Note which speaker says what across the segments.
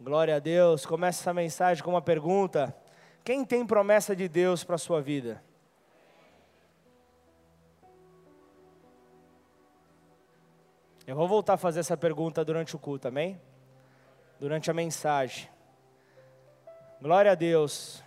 Speaker 1: Glória a Deus. Começa essa mensagem com uma pergunta. Quem tem promessa de Deus para a sua vida? Eu vou voltar a fazer essa pergunta durante o culto, amém? Durante a mensagem. Glória a Deus.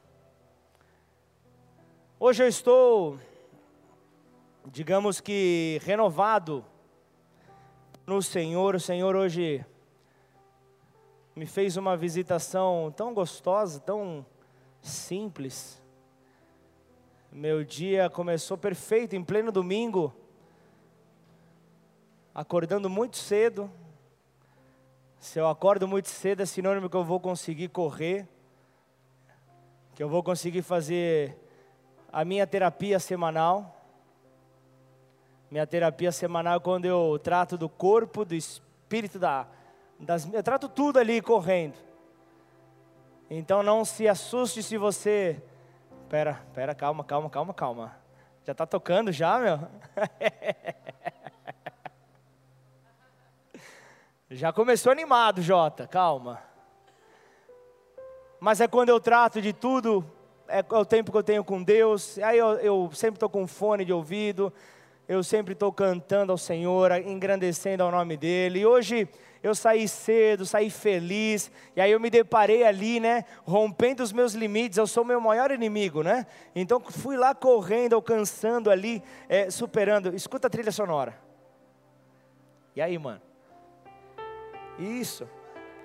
Speaker 1: Hoje eu estou, digamos que, renovado no Senhor. O Senhor hoje me fez uma visitação tão gostosa, tão simples. Meu dia começou perfeito, em pleno domingo, acordando muito cedo. Se eu acordo muito cedo é sinônimo que eu vou conseguir correr, que eu vou conseguir fazer a minha terapia semanal. Minha terapia semanal é quando eu trato do corpo, do espírito, eu trato tudo ali correndo. Então não se assuste se você... Pera, calma. Já está tocando já, meu? Já começou animado, Jota, calma. Mas é quando eu trato de tudo, é o tempo que eu tenho com Deus. Aí eu sempre estou com fone de ouvido, eu sempre estou cantando ao Senhor, engrandecendo ao nome dEle. E hoje eu saí cedo, saí feliz, e aí eu me deparei ali, né, rompendo os meus limites. Eu sou o meu maior inimigo, né? Então fui lá correndo, alcançando ali, superando. Escuta a trilha sonora. E aí, mano? Isso.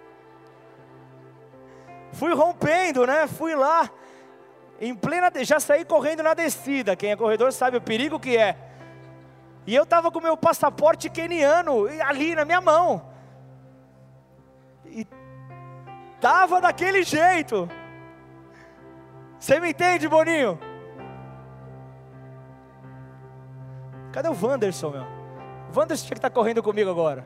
Speaker 1: Fui rompendo, né? Fui lá, em plena, já saí correndo na descida. Quem é corredor sabe o perigo que é. E eu estava com meu passaporte queniano ali na minha mão. E tava daquele jeito. Você me entende, Boninho? Cadê o Wanderson, meu? O Wanderson tinha que estar correndo comigo agora.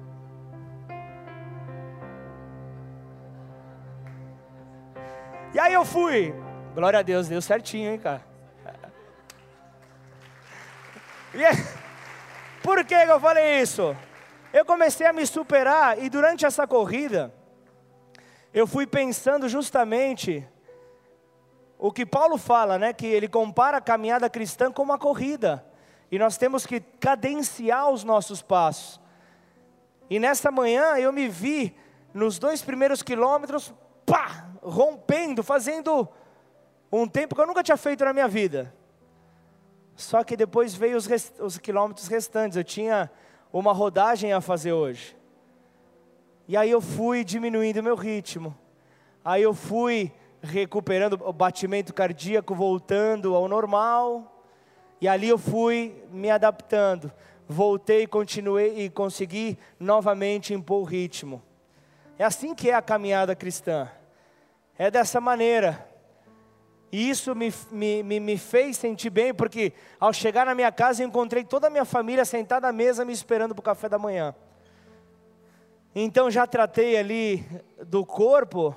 Speaker 1: E aí eu fui. Glória a Deus, deu certinho, hein, cara. Por que eu falei isso? Eu comecei a me superar e durante essa corrida, eu fui pensando justamente o que Paulo fala, né? Que ele compara a caminhada cristã com uma corrida. E nós temos que cadenciar os nossos passos. E nessa manhã eu me vi nos 2 primeiros quilômetros, rompendo, fazendo um tempo que eu nunca tinha feito na minha vida. Só que depois veio os quilômetros restantes. Eu tinha uma rodagem a fazer hoje. E aí eu fui diminuindo o meu ritmo. Aí eu fui recuperando o batimento cardíaco, voltando ao normal. E ali eu fui me adaptando. Voltei, continuei e consegui novamente impor o ritmo. É assim que é a caminhada cristã. É dessa maneira. E isso me fez sentir bem, porque ao chegar na minha casa eu encontrei toda a minha família sentada à mesa me esperando para o café da manhã. Então já tratei ali do corpo.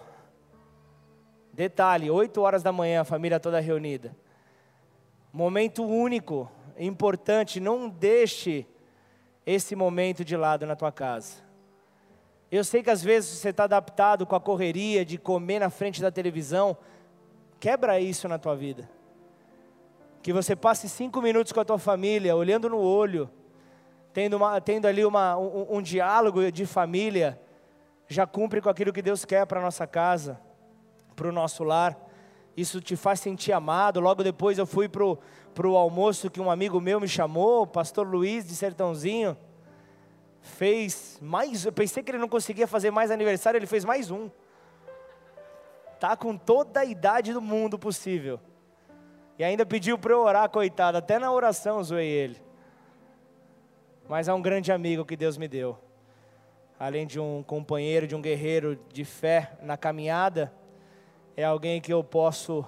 Speaker 1: Detalhe, 8 horas da manhã, a família toda reunida. Momento único, importante, não deixe esse momento de lado na tua casa. Eu sei que às vezes você está adaptado com a correria de comer na frente da televisão. Quebra isso na tua vida. Que você passe 5 minutos com a tua família, olhando no olho, tendo ali um diálogo de família, já cumpre com aquilo que Deus quer para a nossa casa, para o nosso lar. Isso te faz sentir amado. Logo depois eu fui para o almoço que um amigo meu me chamou, o pastor Luiz de Sertãozinho. Fez mais, eu pensei que ele não conseguia fazer mais aniversário, ele fez mais um. Tá com toda a idade do mundo possível. E ainda pediu para eu orar, coitado, até na oração zoei ele. Mas é um grande amigo que Deus me deu. Além de um companheiro, de um guerreiro de fé na caminhada, é alguém que eu posso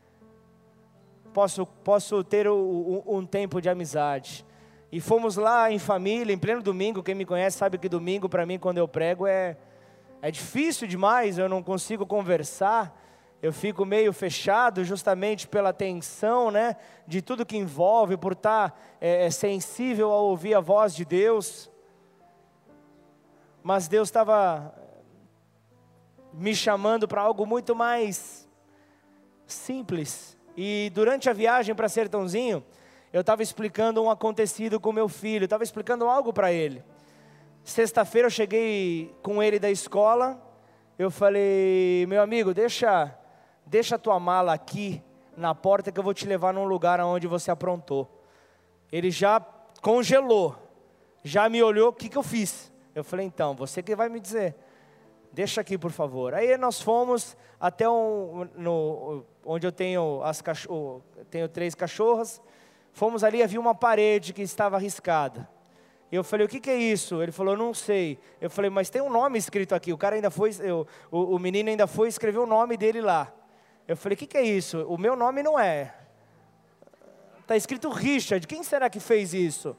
Speaker 1: ter um tempo de amizade. E fomos lá em família, em pleno domingo. Quem me conhece sabe que domingo para mim, quando eu prego, é difícil demais. Eu não consigo conversar, eu fico meio fechado justamente pela tensão, né, de tudo que envolve, por estar sensível a ouvir a voz de Deus. Mas Deus estava me chamando para algo muito mais simples. E durante a viagem para Sertãozinho, eu estava explicando um acontecido com meu filho, estava explicando algo para ele. Sexta-feira eu cheguei com ele da escola, eu falei, meu amigo, deixa a tua mala aqui na porta que eu vou te levar num lugar onde você aprontou. Ele já congelou, já me olhou, o que eu fiz? Eu falei, então, você que vai me dizer, deixa aqui por favor. Aí nós fomos até onde eu tenho tenho 3 cachorras, fomos ali, havia uma parede que estava riscada. Eu falei, o que é isso? Ele falou, não sei. Eu falei, mas tem um nome escrito aqui. O cara ainda foi, o menino ainda foi escrever o nome dele lá. Eu falei, o que é isso? O meu nome não é. Está escrito Richard, quem será que fez isso?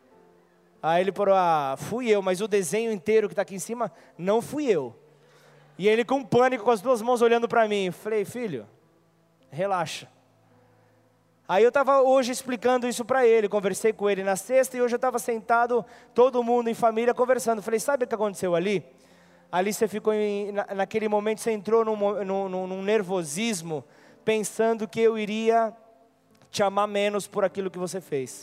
Speaker 1: Aí ele falou, fui eu, mas o desenho inteiro que está aqui em cima, não fui eu. E ele com pânico, com as 2 mãos olhando para mim. Eu falei, filho, relaxa. Aí eu estava hoje explicando isso para ele, conversei com ele na sexta e hoje eu estava sentado, todo mundo em família conversando. Falei, sabe o que aconteceu ali? Ali você ficou, naquele momento você entrou num nervosismo, pensando que eu iria te amar menos por aquilo que você fez.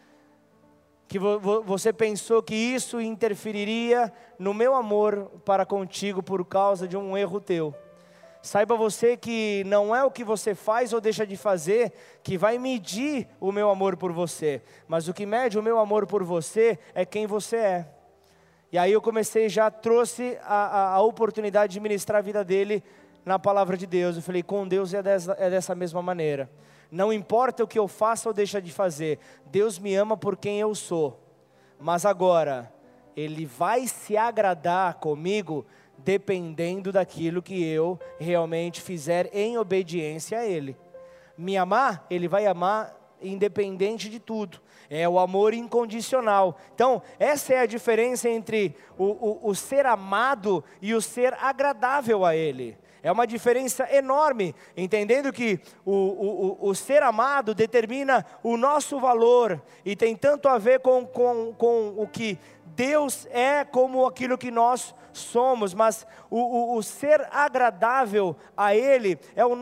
Speaker 1: Que você pensou que isso interferiria no meu amor para contigo por causa de um erro teu. Saiba você que não é o que você faz ou deixa de fazer que vai medir o meu amor por você, mas o que mede o meu amor por você é quem você é. E aí eu trouxe a oportunidade de ministrar a vida dele na palavra de Deus. Eu falei, com Deus é dessa mesma maneira. Não importa o que eu faça ou deixa de fazer, Deus me ama por quem eu sou. Mas agora, Ele vai se agradar comigo dependendo daquilo que eu realmente fizer em obediência a Ele. Me amar, Ele vai amar independente de tudo. É o amor incondicional. Então, essa é a diferença entre o ser amado e o ser agradável a Ele. É uma diferença enorme, entendendo que o ser amado determina o nosso valor e tem tanto a ver com o que Deus é como aquilo que nós somos, mas o ser agradável a Ele é o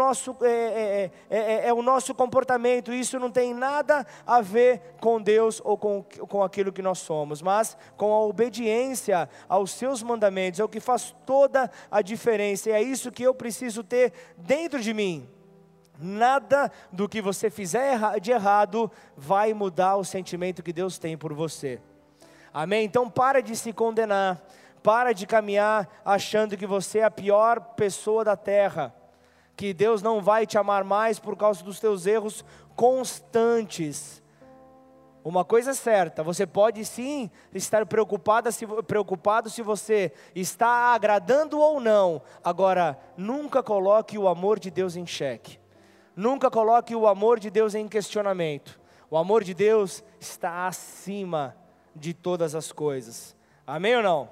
Speaker 1: nosso comportamento. Isso não tem nada a ver com Deus ou com aquilo que nós somos, mas com a obediência aos seus mandamentos, é o que faz toda a diferença, e é isso que eu preciso ter dentro de mim. Nada do que você fizer de errado vai mudar o sentimento que Deus tem por você. Amém? Então para de se condenar, para de caminhar achando que você é a pior pessoa da terra, que Deus não vai te amar mais por causa dos teus erros constantes. Uma coisa é certa, você pode sim estar preocupado se você está agradando ou não. Agora, nunca coloque o amor de Deus em xeque. Nunca coloque o amor de Deus em questionamento. O amor de Deus está acima de todas as coisas. Amém ou não?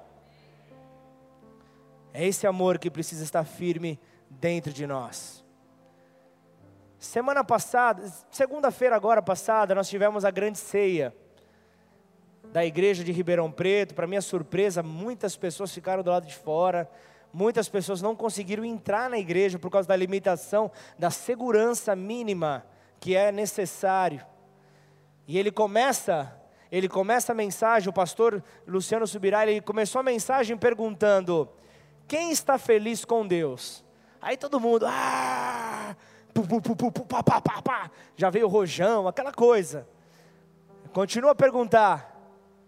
Speaker 1: É esse amor que precisa estar firme dentro de nós. Semana passada, segunda-feira agora passada, nós tivemos a grande ceia da igreja de Ribeirão Preto. Para minha surpresa, muitas pessoas ficaram do lado de fora. Muitas pessoas não conseguiram entrar na igreja por causa da limitação da segurança mínima que é necessário. E ele começa a mensagem, o pastor Luciano Subirá, ele começou a mensagem perguntando: quem está feliz com Deus? Aí todo mundo, já veio o rojão, aquela coisa. Continua a perguntar: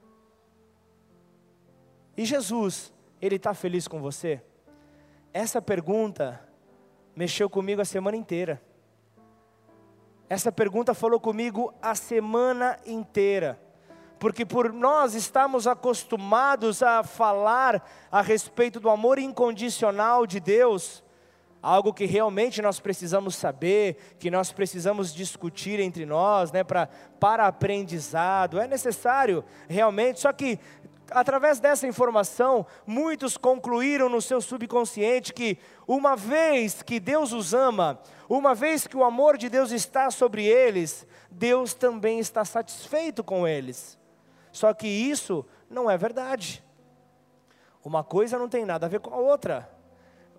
Speaker 1: e Jesus, Ele está feliz com você? Essa pergunta mexeu comigo a semana inteira. Essa pergunta falou comigo a semana inteira. Porque por nós estamos acostumados a falar a respeito do amor incondicional de Deus, algo que realmente nós precisamos saber, que nós precisamos discutir entre nós, né, para aprendizado, é necessário realmente, só que através dessa informação, muitos concluíram no seu subconsciente que uma vez que Deus os ama, uma vez que o amor de Deus está sobre eles, Deus também está satisfeito com eles. Só que isso não é verdade. Uma coisa não tem nada a ver com a outra.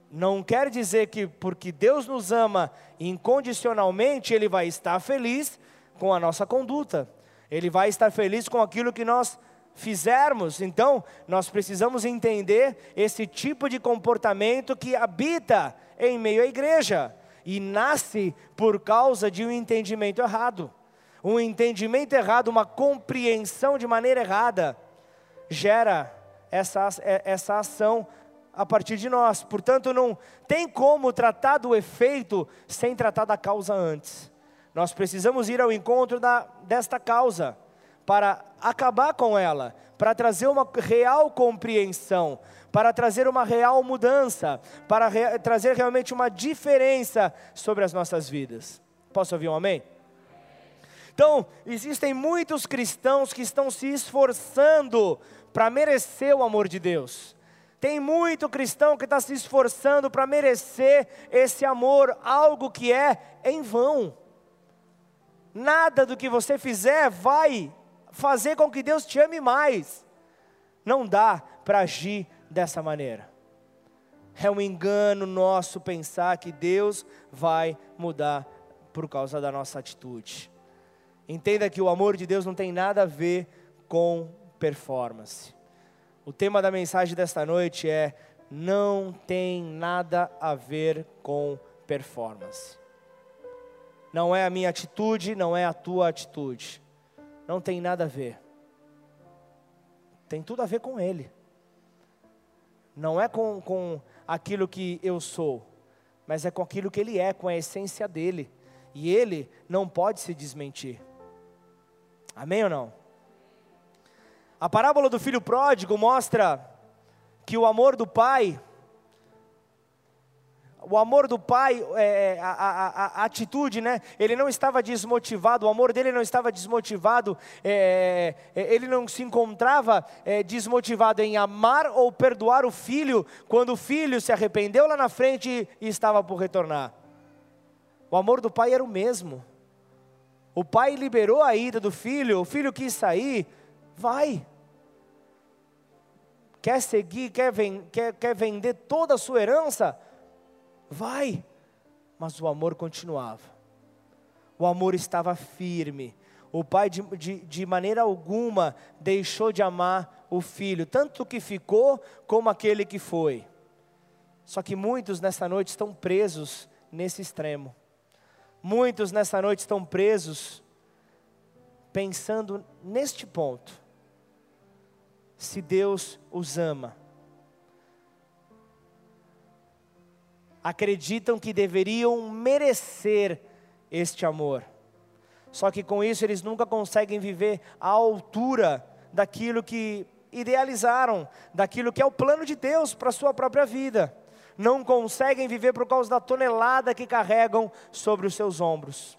Speaker 1: Não quer dizer que porque Deus nos ama incondicionalmente, Ele vai estar feliz com a nossa conduta. Ele vai estar feliz com aquilo que nós fizermos. Então, nós precisamos entender esse tipo de comportamento que habita em meio à igreja. E nasce por causa de um entendimento errado. Um entendimento errado, uma compreensão de maneira errada, gera essa ação a partir de nós. Portanto, não tem como tratar do efeito sem tratar da causa antes. Nós precisamos ir ao encontro desta causa, para acabar com ela, para trazer uma real compreensão, para trazer uma real mudança, para trazer realmente uma diferença sobre as nossas vidas. Posso ouvir um amém? Então, existem muitos cristãos que estão se esforçando para merecer o amor de Deus. Tem muito cristão que está se esforçando para merecer esse amor, algo que é em vão. Nada do que você fizer vai fazer com que Deus te ame mais. Não dá para agir dessa maneira. É um engano nosso pensar que Deus vai mudar por causa da nossa atitude. Entenda que o amor de Deus não tem nada a ver com performance. O tema da mensagem desta noite é: não tem nada a ver com performance. Não é a minha atitude, não é a tua atitude. Não tem nada a ver. Tem tudo a ver com Ele. Não é com aquilo que eu sou, mas é com aquilo que Ele é, com a essência dEle. E Ele não pode se desmentir. Amém ou não? A parábola do filho pródigo mostra que o amor do pai, a atitude, né? Ele não estava desmotivado, o amor dele não estava desmotivado, ele não se encontrava desmotivado em amar ou perdoar o filho, quando o filho se arrependeu lá na frente e estava por retornar. O amor do pai era o mesmo. O pai liberou a ida do filho, o filho quis sair, vai. Quer seguir, quer vender toda a sua herança? Vai. Mas o amor continuava. O amor estava firme. O pai de maneira alguma deixou de amar o filho, tanto que ficou como aquele que foi. Só que muitos nessa noite estão presos nesse extremo. Muitos nessa noite estão presos pensando neste ponto. Se Deus os ama, acreditam que deveriam merecer este amor. Só que com isso eles nunca conseguem viver à altura daquilo que idealizaram, daquilo que é o plano de Deus para a sua própria vida. Não conseguem viver por causa da tonelada que carregam sobre os seus ombros.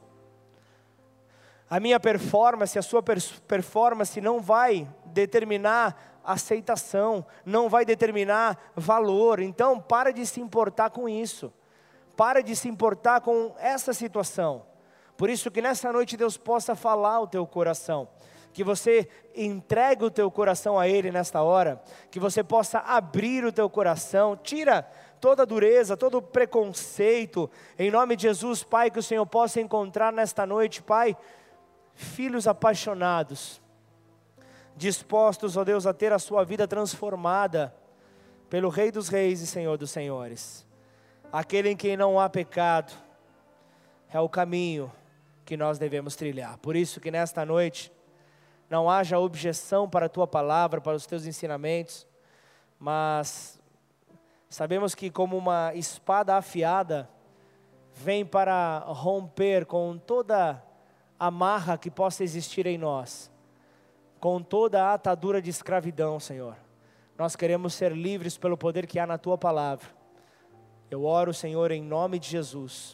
Speaker 1: A minha performance, a sua performance não vai determinar aceitação, não vai determinar valor. Então, para de se importar com isso. Para de se importar com essa situação. Por isso que nessa noite Deus possa falar ao teu coração. Que você entregue o teu coração a Ele nesta hora. Que você possa abrir o teu coração. Tira toda dureza, todo preconceito. Em nome de Jesus, Pai, que o Senhor possa encontrar nesta noite, Pai, filhos apaixonados, dispostos, ó Deus, a ter a sua vida transformada pelo Rei dos Reis e Senhor dos Senhores. Aquele em quem não há pecado, é o caminho que nós devemos trilhar. Por isso que nesta noite, não haja objeção para a Tua palavra, para os Teus ensinamentos, mas sabemos que como uma espada afiada, vem para romper com toda amarra que possa existir em nós, com toda a atadura de escravidão, Senhor. Nós queremos ser livres pelo poder que há na Tua palavra. Eu oro, Senhor, em nome de Jesus.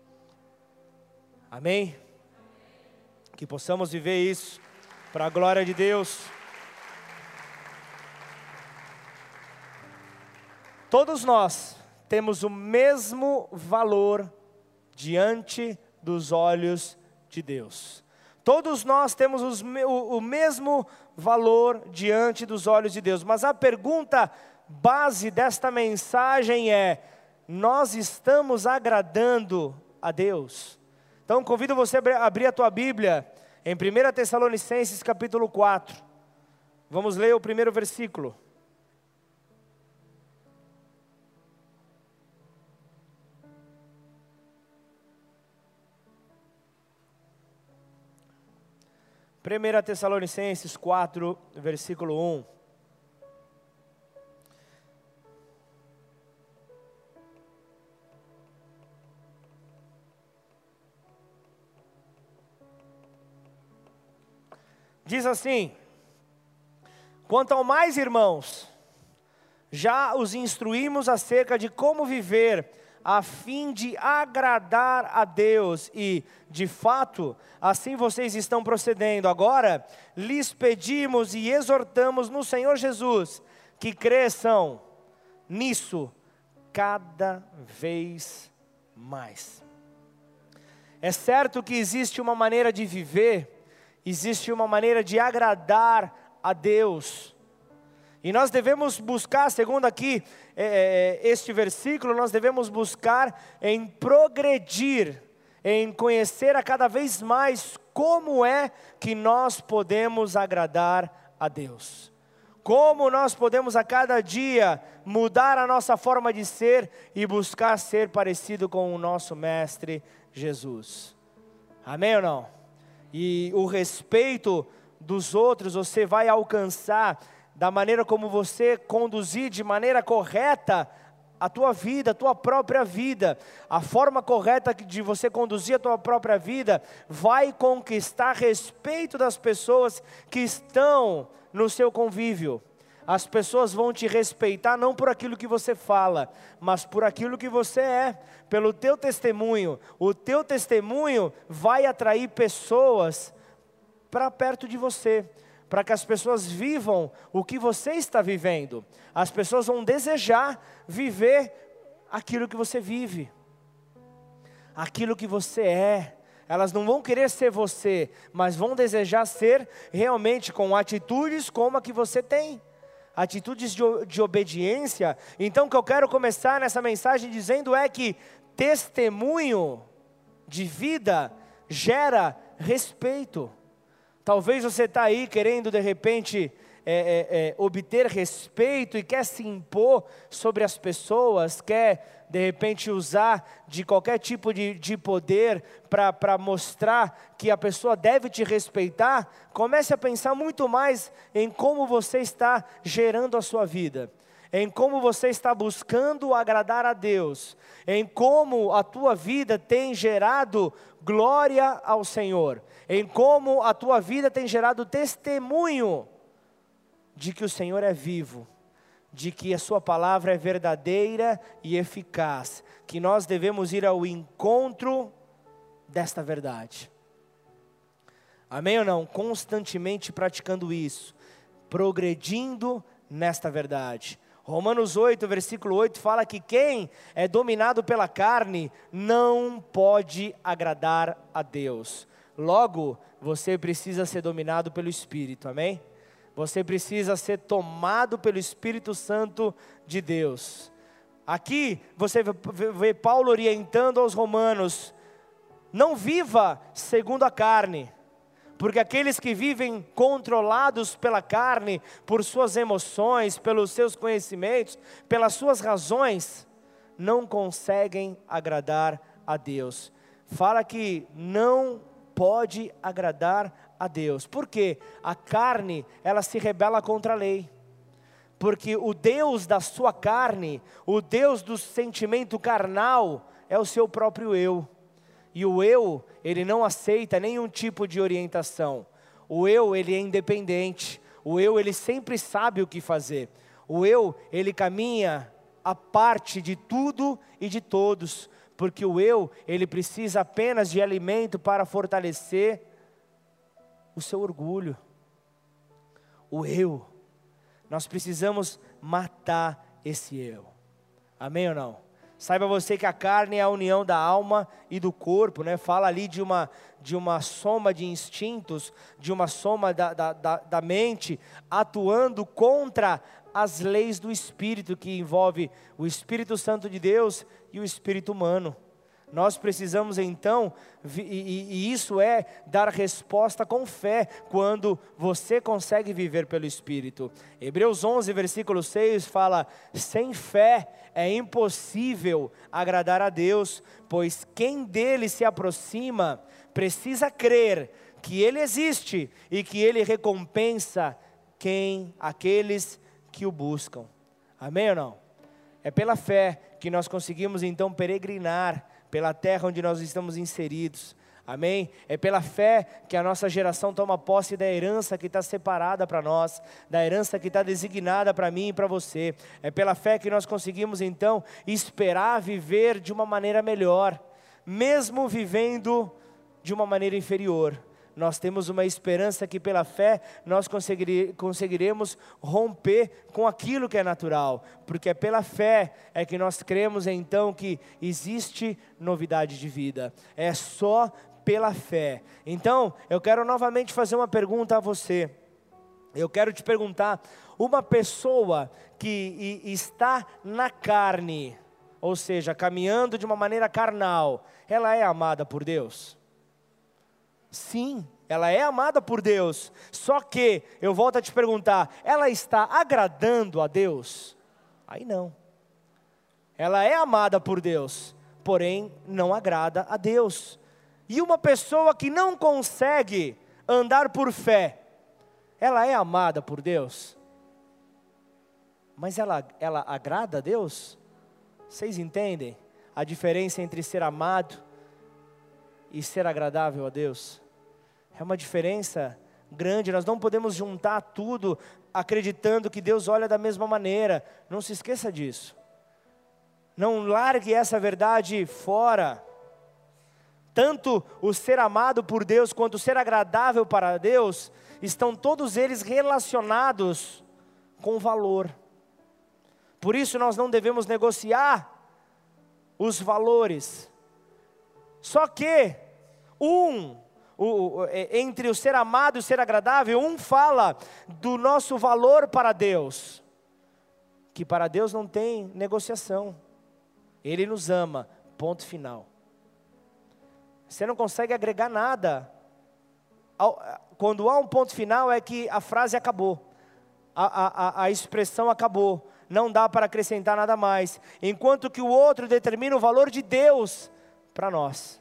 Speaker 1: Amém? Que possamos viver isso, para a glória de Deus. Todos nós temos o mesmo valor diante dos olhos de Deus. Todos nós temos o mesmo valor diante dos olhos de Deus. Mas a pergunta base desta mensagem é: nós estamos agradando a Deus? Então convido você a abrir a tua Bíblia em 1 Tessalonicenses capítulo 4. Vamos ler o primeiro versículo. Primeira Tessalonicenses 4, versículo 1. Diz assim: quanto ao mais, irmãos, já os instruímos acerca de como viver a fim de agradar a Deus e, de fato, assim vocês estão procedendo. Agora, lhes pedimos e exortamos no Senhor Jesus que cresçam nisso cada vez mais. É certo que existe uma maneira de viver, existe uma maneira de agradar a Deus. E nós devemos buscar, segundo aqui este versículo, nós devemos buscar em progredir, em conhecer a cada vez mais como é que nós podemos agradar a Deus. Como nós podemos a cada dia mudar a nossa forma de ser e buscar ser parecido com o nosso Mestre Jesus. Amém ou não? E o respeito dos outros você vai alcançar da maneira como você conduzir de maneira correta a tua vida, a tua própria vida. A forma correta de você conduzir a tua própria vida vai conquistar respeito das pessoas que estão no seu convívio. As pessoas vão te respeitar não por aquilo que você fala, mas por aquilo que você é, pelo teu testemunho. O teu testemunho vai atrair pessoas para perto de você, para que as pessoas vivam o que você está vivendo. As pessoas vão desejar viver aquilo que você vive, aquilo que você é. Elas não vão querer ser você, mas vão desejar ser realmente com atitudes como a que você tem. Atitudes de obediência. Então o que eu quero começar nessa mensagem dizendo é que testemunho de vida gera respeito. Talvez você está aí querendo de repente obter respeito e quer se impor sobre as pessoas, quer de repente usar de qualquer tipo de poder para mostrar que a pessoa deve te respeitar. Comece a pensar muito mais em como você está gerando a sua vida, em como você está buscando agradar a Deus, em como a tua vida tem gerado glória ao Senhor, em como a tua vida tem gerado testemunho de que o Senhor é vivo, de que a sua palavra é verdadeira e eficaz, que nós devemos ir ao encontro desta verdade. Amém ou não? Constantemente praticando isso, progredindo nesta verdade. Romanos 8, versículo 8 fala que quem é dominado pela carne não pode agradar a Deus. Logo, você precisa ser dominado pelo Espírito, amém? Você precisa ser tomado pelo Espírito Santo de Deus. Aqui você vê Paulo orientando aos romanos: não viva segundo a carne, porque aqueles que vivem controlados pela carne, por suas emoções, pelos seus conhecimentos, pelas suas razões, não conseguem agradar a Deus. Fala que não pode agradar a Deus. Por quê? A carne, ela se rebela contra a lei. Porque o Deus da sua carne, o Deus do sentimento carnal, é o seu próprio eu. E o eu, ele não aceita nenhum tipo de orientação. O eu, ele é independente. O eu, ele sempre sabe o que fazer. O eu, ele caminha à parte de tudo e de todos. Porque o eu, ele precisa apenas de alimento para fortalecer o seu orgulho. O eu. Nós precisamos matar esse eu. Amém ou não? Saiba você que a carne é a união da alma e do corpo, né? Fala ali de uma soma de instintos, de uma soma da mente, atuando contra as leis do Espírito, que envolve o Espírito Santo de Deus e o Espírito humano. Nós precisamos então, e isso é dar resposta com fé, quando você consegue viver pelo Espírito. Hebreus 11, versículo 6 fala: sem fé é impossível agradar a Deus, pois quem dele se aproxima precisa crer que ele existe e que ele recompensa aqueles que o buscam. Amém ou não? É pela fé que nós conseguimos então peregrinar pela terra onde nós estamos inseridos. Amém? É pela fé que a nossa geração toma posse da herança que está separada para nós, da herança que está designada para mim e para você. É pela fé que nós conseguimos então esperar viver de uma maneira melhor, mesmo vivendo de uma maneira inferior. Nós temos uma esperança que pela fé nós conseguiremos romper com aquilo que é natural, porque é pela fé é que nós cremos então que existe novidade de vida, é só pela fé. Então eu quero novamente fazer uma pergunta a você. Eu quero te perguntar: uma pessoa que está na carne, ou seja, caminhando de uma maneira carnal, ela é amada por Deus? Sim, ela é amada por Deus, só que, eu volto a te perguntar, ela está agradando a Deus? Aí não. Ela é amada por Deus, porém não agrada a Deus. E uma pessoa que não consegue andar por fé, ela é amada por Deus? Mas ela agrada a Deus? Vocês entendem a diferença entre ser amado e ser agradável a Deus? É uma diferença grande. Nós não podemos juntar tudo acreditando que Deus olha da mesma maneira. Não se esqueça disso. Não largue essa verdade fora. Tanto o ser amado por Deus quanto o ser agradável para Deus, estão todos eles relacionados com valor. Por isso nós não devemos negociar os valores. Só que entre o ser amado e o ser agradável, um fala do nosso valor para Deus, que para Deus não tem negociação. Ele nos ama, ponto final. Você não consegue agregar nada. Quando há um ponto final é que a frase acabou, a expressão acabou, não dá para acrescentar nada mais, enquanto que o outro determina o valor de Deus para nós.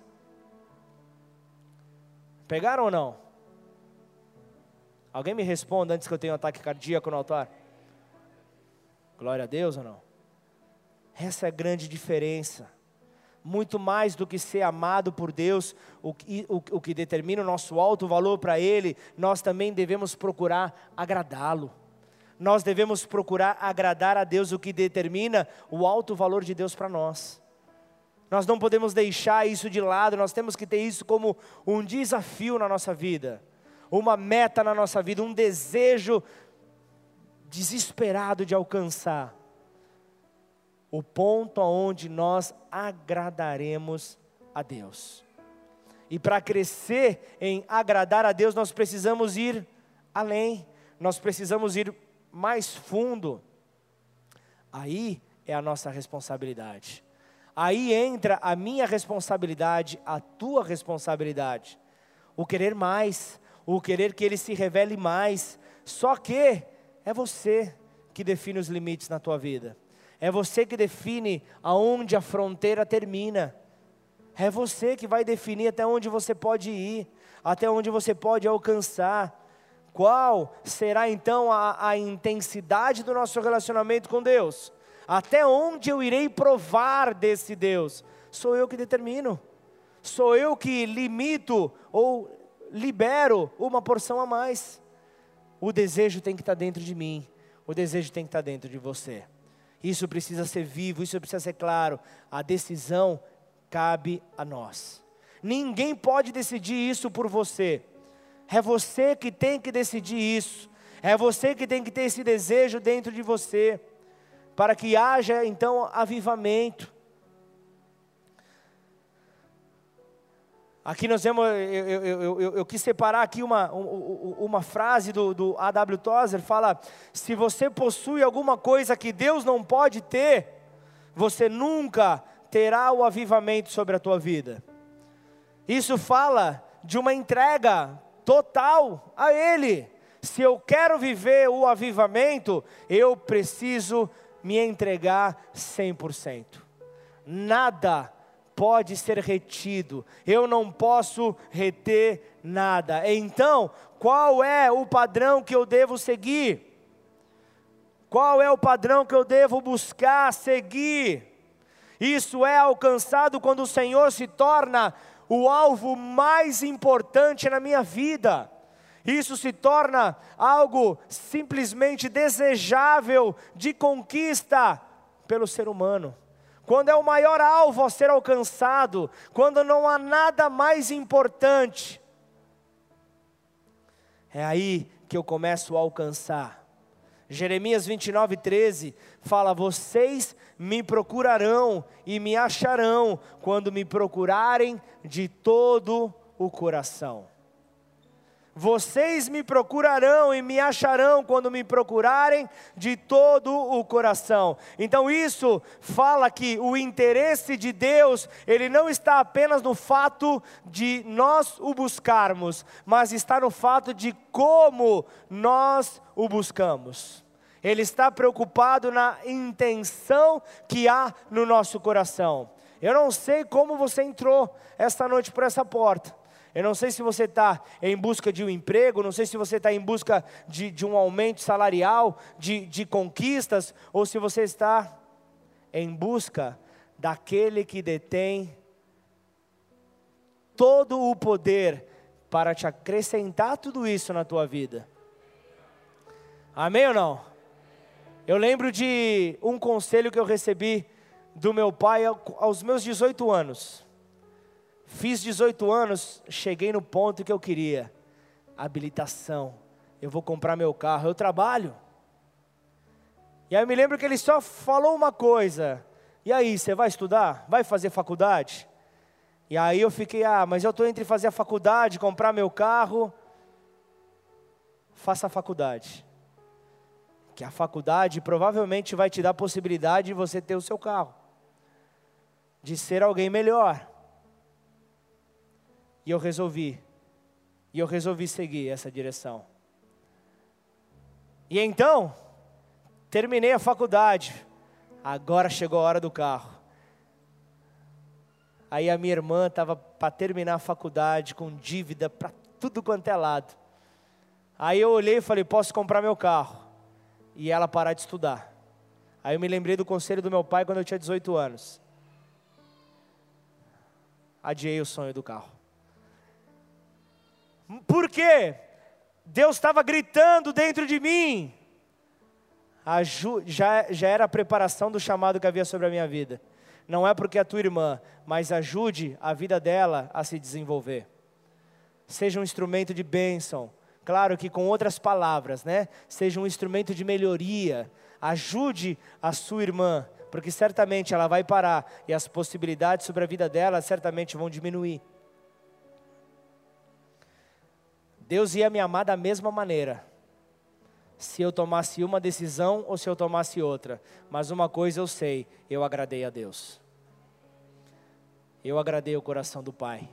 Speaker 1: Pegaram ou não? Alguém me responda antes que eu tenha um ataque cardíaco no altar. Glória a Deus ou não? Essa é a grande diferença. Muito mais do que ser amado por Deus, o que determina o nosso alto valor para Ele, nós também devemos procurar agradá-lo. Nós devemos procurar agradar a Deus, o que determina o alto valor de Deus para nós. Nós não podemos deixar isso de lado, nós temos que ter isso como um desafio na nossa vida, uma meta na nossa vida, um desejo desesperado de alcançar o ponto aonde nós agradaremos a Deus. E para crescer em agradar a Deus, nós precisamos ir além, nós precisamos ir mais fundo. Aí é a nossa responsabilidade. Aí entra a minha responsabilidade, a tua responsabilidade. O querer mais, o querer que Ele se revele mais. Só que é você que define os limites na tua vida. É você que define aonde a fronteira termina. É você que vai definir até onde você pode ir, até onde você pode alcançar. Qual será então a intensidade do nosso relacionamento com Deus? Até onde eu irei provar desse Deus? Sou eu que determino. Sou eu que limito ou libero uma porção a mais. O desejo tem que estar dentro de mim. O desejo tem que estar dentro de você. Isso precisa ser vivo, isso precisa ser claro. A decisão cabe a nós. Ninguém pode decidir isso por você. É você que tem que decidir isso. É você que tem que ter esse desejo dentro de você, para que haja então avivamento. Aqui nós vemos, eu quis separar aqui uma frase do A.W. Tozer, fala: se você possui alguma coisa que Deus não pode ter, você nunca terá o avivamento sobre a tua vida. Isso fala de uma entrega total a Ele. Se eu quero viver o avivamento, eu preciso me entregar 100%. Nada pode ser retido, eu não posso reter nada. Então, qual é o padrão que eu devo seguir? Qual é o padrão que eu devo buscar seguir? Isso é alcançado quando o Senhor se torna o alvo mais importante na minha vida. Isso se torna algo simplesmente desejável de conquista pelo ser humano. Quando é o maior alvo a ser alcançado, quando não há nada mais importante, é aí que eu começo a alcançar. Jeremias 29:13 fala: vocês me procurarão e me acharão quando me procurarem de todo o coração. Vocês me procurarão e me acharão quando me procurarem de todo o coração. Então isso fala que o interesse de Deus, ele não está apenas no fato de nós o buscarmos, mas está no fato de como nós o buscamos. Ele está preocupado na intenção que há no nosso coração. Eu não sei como você entrou esta noite por essa porta. Eu não sei se você está em busca de um emprego, não sei se você está em busca de um aumento salarial, de conquistas, ou se você está em busca daquele que detém todo o poder para te acrescentar tudo isso na tua vida. Amém ou não? Eu lembro de um conselho que eu recebi do meu pai aos meus 18 anos. Fiz 18 anos, cheguei no ponto que eu queria. Habilitação, eu vou comprar meu carro, eu trabalho. E aí eu me lembro que ele só falou uma coisa: e aí, você vai estudar? Vai fazer faculdade? E aí eu fiquei: mas eu estou entre fazer a faculdade, comprar meu carro. Faça a faculdade, que a faculdade provavelmente vai te dar a possibilidade de você ter o seu carro, de ser alguém melhor. E eu resolvi seguir essa direção. E então, terminei a faculdade, agora chegou a hora do carro. Aí a minha irmã estava para terminar a faculdade, com dívida para tudo quanto é lado. Aí eu olhei e falei: posso comprar meu carro? E ela parar de estudar. Aí eu me lembrei do conselho do meu pai quando eu tinha 18 anos. Adiei o sonho do carro. Por quê? Deus estava gritando dentro de mim. Já era a preparação do chamado que havia sobre a minha vida. Não é porque é a tua irmã, mas ajude a vida dela a se desenvolver. Seja um instrumento de bênção. Claro que com outras palavras, né? Seja um instrumento de melhoria. Ajude a sua irmã, porque certamente ela vai parar e as possibilidades sobre a vida dela certamente vão diminuir. Deus ia me amar da mesma maneira, se eu tomasse uma decisão ou se eu tomasse outra. Mas uma coisa eu sei: eu agradei a Deus. Eu agradei o coração do Pai.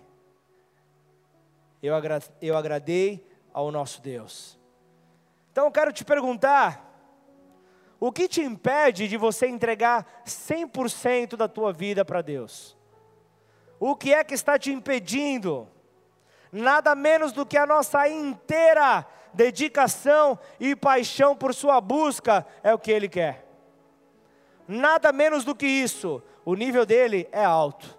Speaker 1: Eu agradei ao nosso Deus. Então eu quero te perguntar: o que te impede de você entregar 100% da tua vida para Deus? O que é que está te impedindo? Nada menos do que a nossa inteira dedicação e paixão por sua busca é o que Ele quer. Nada menos do que isso. O nível dele é alto.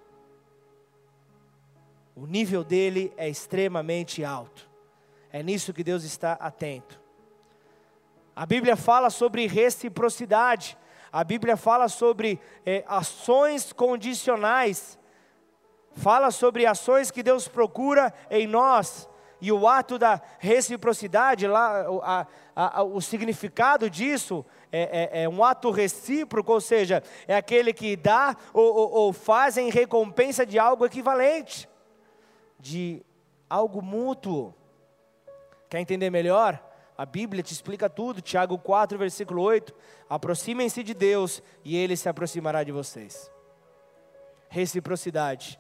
Speaker 1: O nível dele é extremamente alto. É nisso que Deus está atento. A Bíblia fala sobre reciprocidade. A Bíblia fala sobre ações condicionais. Fala sobre ações que Deus procura em nós. E o ato da reciprocidade, o significado disso é um ato recíproco, ou seja, é aquele que dá ou faz em recompensa de algo equivalente. de algo mútuo. Quer entender melhor? A Bíblia te explica tudo. Tiago 4, versículo 8. Aproximem-se de Deus e Ele se aproximará de vocês. Reciprocidade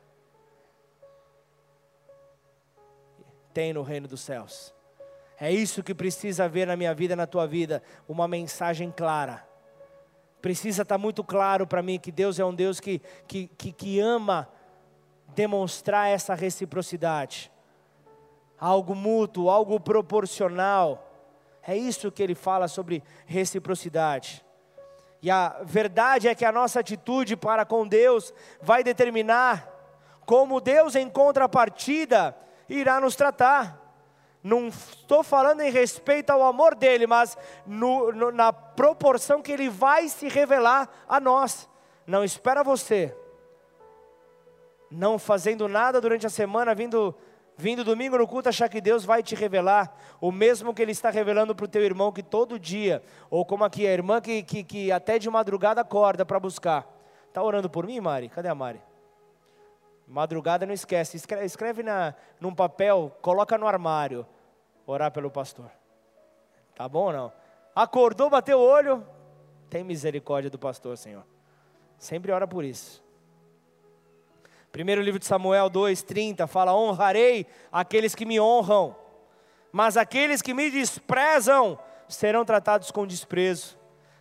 Speaker 1: tem no reino dos céus. É isso que precisa haver na minha vida, na tua vida. Uma mensagem clara. Precisa estar muito claro para mim que Deus é um Deus que ama demonstrar essa reciprocidade. Algo mútuo, algo proporcional. É isso que ele fala sobre reciprocidade. E a verdade é que a nossa atitude para com Deus vai determinar como Deus, em contrapartida, irá nos tratar. Não estou falando em respeito ao amor dele, mas na proporção que ele vai se revelar a nós. Não espera você, não fazendo nada durante a semana, vindo domingo no culto, achar que Deus vai te revelar o mesmo que Ele está revelando para o teu irmão que todo dia, ou como aqui a irmã que até de madrugada acorda para buscar. Está orando por mim, Mari? Cadê a Mari? Madrugada não esquece, escreve num papel, coloca no armário, orar pelo pastor. Tá bom ou não? Acordou, bateu o olho, tem misericórdia do pastor, Senhor. Sempre ora por isso. Primeiro livro de Samuel 2:30 fala: honrarei aqueles que me honram, mas aqueles que me desprezam serão tratados com desprezo.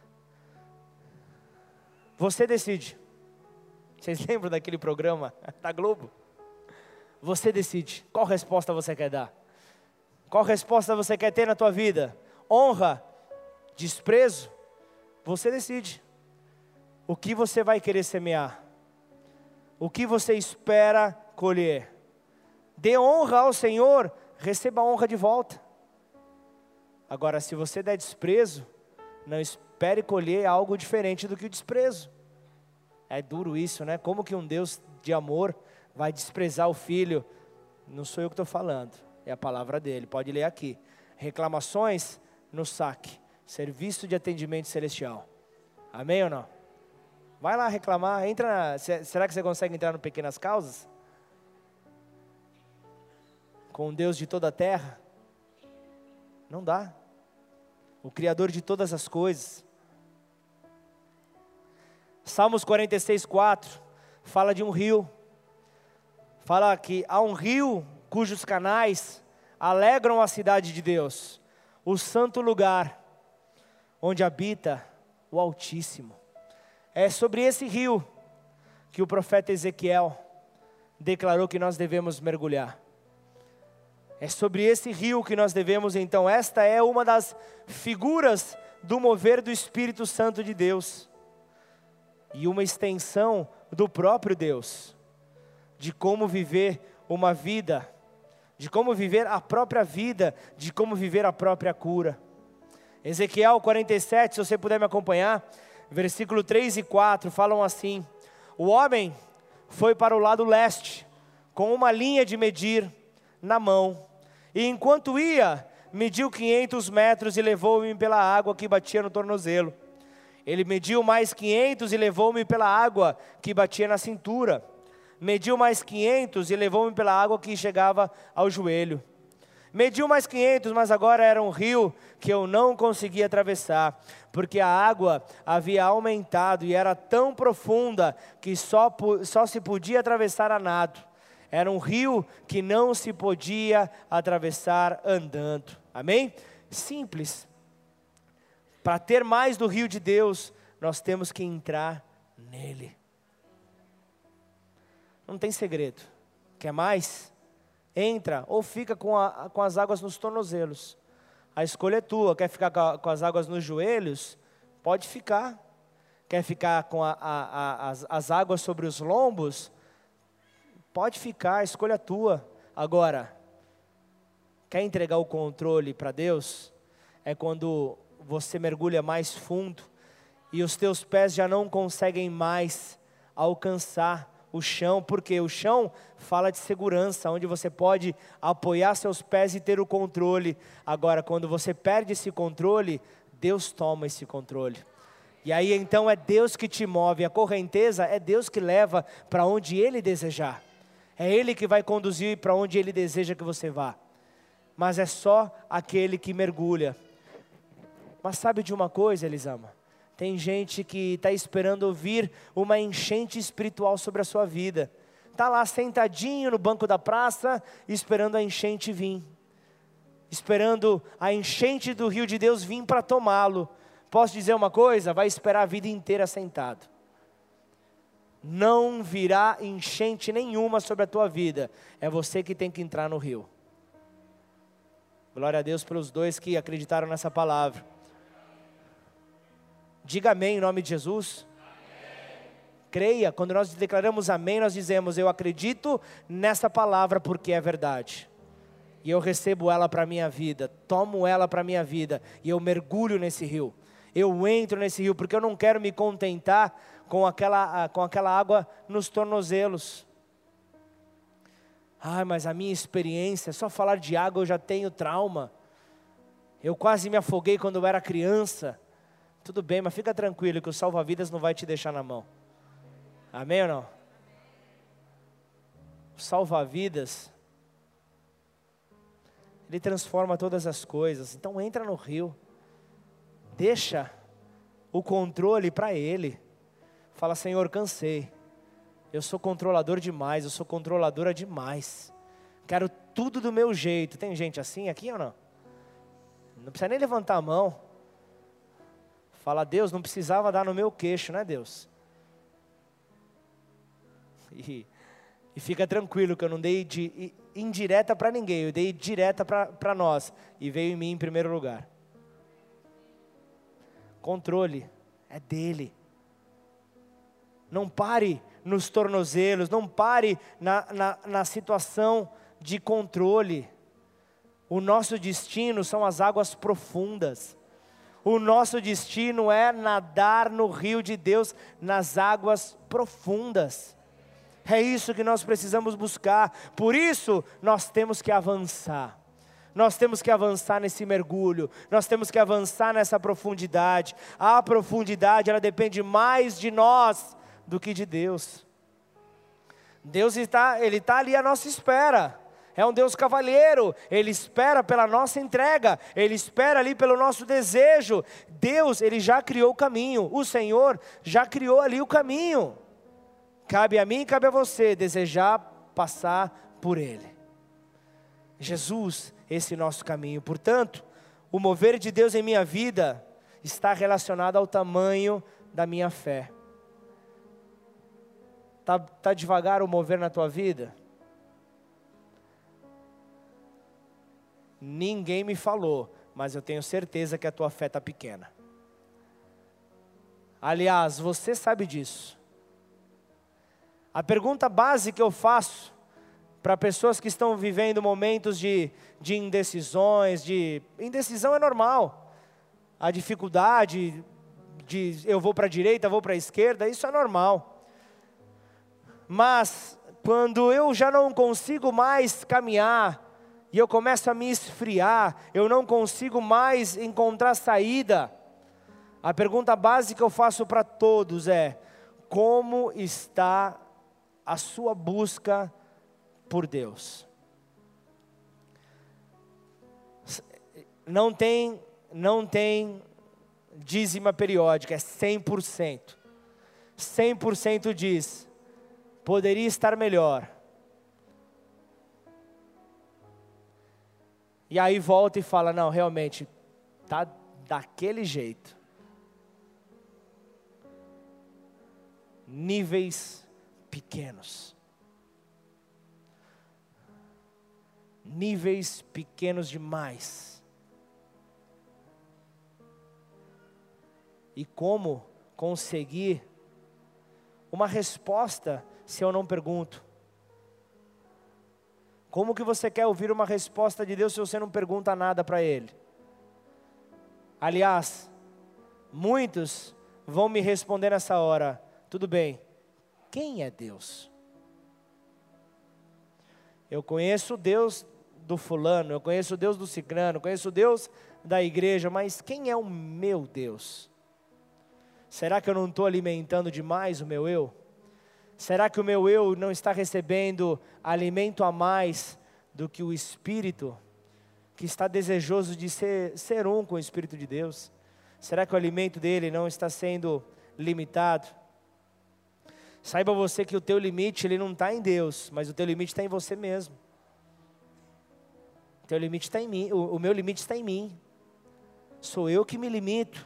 Speaker 1: Você decide. Vocês lembram daquele programa da Globo? Você decide. Qual resposta você quer dar? Qual resposta você quer ter na tua vida? Honra? Desprezo? Você decide. O que você vai querer semear? O que você espera colher? Dê honra ao Senhor, receba a honra de volta. Agora, se você der desprezo, não espere colher algo diferente do que o desprezo. É duro isso, né? Como que um Deus de amor vai desprezar o filho? Não sou eu que estou falando, é a palavra dele, pode ler aqui. Reclamações no saque, serviço de atendimento celestial. Amém ou não? Vai lá reclamar, será que você consegue entrar no Pequenas Causas? Com o Deus de toda a terra? Não dá. O Criador de todas as coisas. Salmos 46:4 fala de um rio. Fala que há um rio cujos canais alegram a cidade de Deus, o santo lugar onde habita o Altíssimo. É sobre esse rio que o profeta Ezequiel declarou que nós devemos mergulhar. É sobre esse rio que nós devemos, então, esta é uma das figuras do mover do Espírito Santo de Deus. E uma extensão do próprio Deus. De como viver uma vida, de como viver a própria vida, de como viver a própria cura. Ezequiel 47, se você puder me acompanhar, versículo 3 e 4, falam assim: o homem foi para o lado leste, com uma linha de medir na mão, e enquanto ia, mediu 500 metros e levou-me pela água que batia no tornozelo. Ele mediu mais 500 e levou-me pela água que batia na cintura. Mediu mais 500 e levou-me pela água que chegava ao joelho. Mediu mais 500, mas agora era um rio que eu não conseguia atravessar, porque a água havia aumentado e era tão profunda que só se podia atravessar a nado. Era um rio que não se podia atravessar andando. Amém? Simples. Para ter mais do rio de Deus, nós temos que entrar nele. Não tem segredo. Quer mais? Entra ou fica com as águas nos tornozelos. A escolha é tua. Quer ficar com as águas nos joelhos? Pode ficar. Quer ficar com as águas sobre os lombos? Pode ficar, a escolha é tua. Agora, quer entregar o controle para Deus? É quando você mergulha mais fundo e os teus pés já não conseguem mais alcançar o chão, porque o chão fala de segurança, onde você pode apoiar seus pés e ter o controle. Agora, quando você perde esse controle, Deus toma esse controle. E aí então é Deus que te move, a correnteza é Deus que leva para onde Ele desejar. É Ele que vai conduzir para onde Ele deseja que você vá. Mas é só aquele que mergulha. Mas sabe de uma coisa, Elisama? Tem gente que está esperando ouvir uma enchente espiritual sobre a sua vida. Está lá sentadinho no banco da praça, esperando a enchente vir. Esperando a enchente do rio de Deus vir para tomá-lo. Posso dizer uma coisa? Vai esperar a vida inteira sentado. Não virá enchente nenhuma sobre a tua vida. É você que tem que entrar no rio. Glória a Deus pelos dois que acreditaram nessa palavra. Diga amém em nome de Jesus. Amém. Creia, quando nós declaramos amém, nós dizemos: eu acredito nessa palavra porque é verdade. E eu recebo ela para a minha vida, tomo ela para a minha vida, e eu mergulho nesse rio. Eu entro nesse rio, porque eu não quero me contentar com aquela água nos tornozelos. Ai, mas a minha experiência, só falar de água eu já tenho trauma. Eu quase me afoguei quando eu era criança. Tudo bem, mas fica tranquilo que o salva-vidas não vai te deixar na mão. Amém ou não? O salva-vidas, ele transforma todas as coisas. Então entra no rio. Deixa o controle para Ele. Fala: Senhor, cansei. Eu sou controlador demais, eu sou controladora demais. Quero tudo do meu jeito. Tem gente assim aqui ou não? Não precisa nem levantar a mão. Fala: Deus, não precisava dar no meu queixo, né, Deus? E fica tranquilo que eu não dei indireta para ninguém, eu dei direta para nós. E veio em mim em primeiro lugar. Controle é dele. Não pare nos tornozelos, não pare na situação de controle. O nosso destino são as águas profundas. O nosso destino é nadar no rio de Deus, nas águas profundas. É isso que nós precisamos buscar. Por isso nós temos que avançar. Nós temos que avançar nesse mergulho, nós temos que avançar nessa profundidade. A profundidade, ela depende mais de nós do que de Deus. Deus Ele está ali à nossa espera. É um Deus cavalheiro, Ele espera pela nossa entrega, Ele espera ali pelo nosso desejo. Deus, Ele já criou o caminho, o Senhor já criou ali o caminho. Cabe a mim e cabe a você desejar passar por Ele. Jesus, esse nosso caminho. Portanto, o mover de Deus em minha vida está relacionado ao tamanho da minha fé. Tá devagar o mover na tua vida? Ninguém me falou, mas eu tenho certeza que a tua fé está pequena. Aliás, você sabe disso. A pergunta básica que eu faço para pessoas que estão vivendo momentos de indecisões, indecisão é normal. A dificuldade de eu vou para a direita, vou para a esquerda, isso é normal. Mas quando eu já não consigo mais caminhar, e eu começo a me esfriar, eu não consigo mais encontrar saída, a pergunta básica que eu faço para todos é: como está a sua busca por Deus? Não tem dízima periódica, é 100%. 100% diz: poderia estar melhor. E aí volta e fala: não, realmente, tá daquele jeito. Níveis pequenos. Níveis pequenos demais. E como conseguir uma resposta se eu não pergunto? Como que você quer ouvir uma resposta de Deus se você não pergunta nada para Ele? Aliás, muitos vão me responder nessa hora: tudo bem, quem é Deus? Eu conheço o Deus do fulano, eu conheço o Deus do cicrano, eu conheço o Deus da igreja, mas quem é o meu Deus? Será que eu não estou alimentando demais o meu eu? Será que o meu eu não está recebendo alimento a mais do que o Espírito, que está desejoso de ser um com o Espírito de Deus? Será que o alimento dele não está sendo limitado? Saiba você que o teu limite, ele não está em Deus, mas o teu limite está em você mesmo. O teu limite está em mim, o meu limite está em mim. Sou eu que me limito.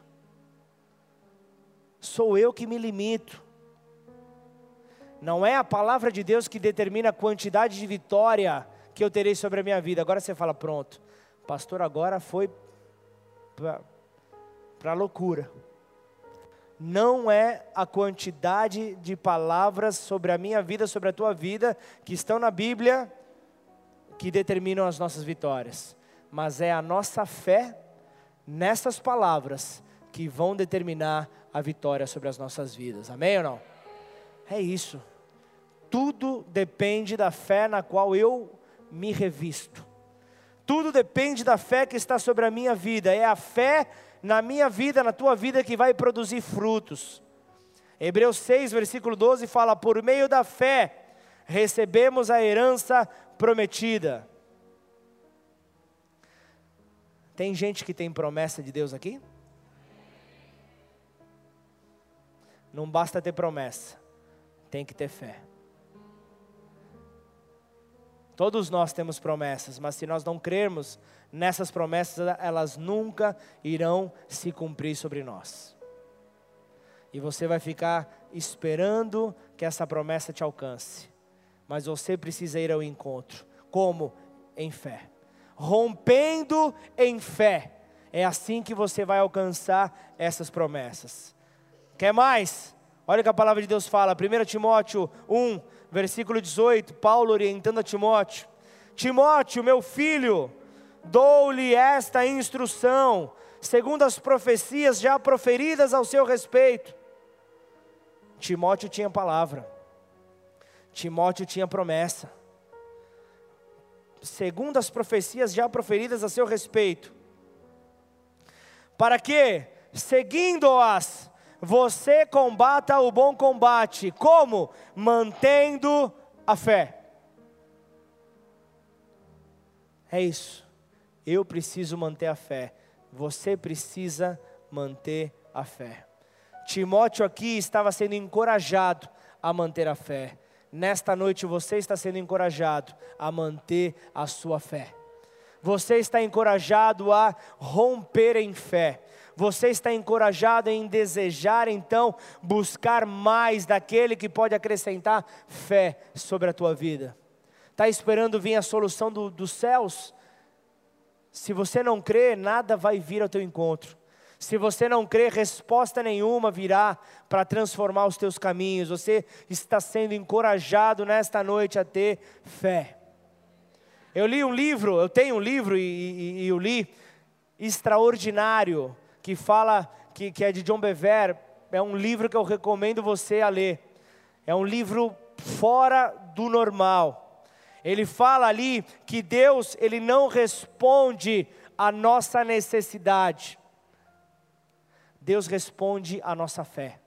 Speaker 1: Sou eu que me limito. Não é a palavra de Deus que determina a quantidade de vitória que eu terei sobre a minha vida. Agora você fala, pronto, pastor, agora foi para a loucura. Não é a quantidade de palavras sobre a minha vida, sobre a tua vida, que estão na Bíblia, que determinam as nossas vitórias. Mas é a nossa fé nessas palavras que vão determinar a vitória sobre as nossas vidas. Amém ou não? É isso. Tudo depende da fé na qual eu me revisto. Tudo depende da fé que está sobre a minha vida. É a fé na minha vida, na tua vida, que vai produzir frutos. Hebreus 6, versículo 12 fala: por meio da fé recebemos a herança prometida. Tem gente que tem promessa de Deus aqui? Não basta ter promessa, tem que ter fé. Todos nós temos promessas, mas se nós não crermos nessas promessas, elas nunca irão se cumprir sobre nós. E você vai ficar esperando que essa promessa te alcance. Mas você precisa ir ao encontro. Como? Em fé. Rompendo em fé. É assim que você vai alcançar essas promessas. Quer mais? Olha o que a palavra de Deus fala. 1 Timóteo 1, versículo 18. Paulo orientando a Timóteo. Timóteo, meu filho, dou-lhe esta instrução, segundo as profecias já proferidas ao seu respeito. Timóteo tinha palavra. Timóteo tinha promessa. Segundo as profecias já proferidas a seu respeito. Para que, seguindo-as, você combata o bom combate. Como? Mantendo a fé. É isso. Eu preciso manter a fé. Você precisa manter a fé. Timóteo aqui estava sendo encorajado a manter a fé. Nesta noite você está sendo encorajado a manter a sua fé. Você está encorajado a romper em fé. Você está encorajado em desejar então buscar mais daquele que pode acrescentar fé sobre a tua vida. Está esperando vir a solução dos céus? Se você não crê, nada vai vir ao teu encontro. Se você não crê, resposta nenhuma virá para transformar os teus caminhos. Você está sendo encorajado nesta noite a ter fé. Eu tenho um livro e eu li, extraordinário, que fala, que é de John Bevere. É um livro que eu recomendo você a ler. É um livro fora do normal. Ele fala ali que Deus, Ele não responde à nossa necessidade. Deus responde à nossa fé.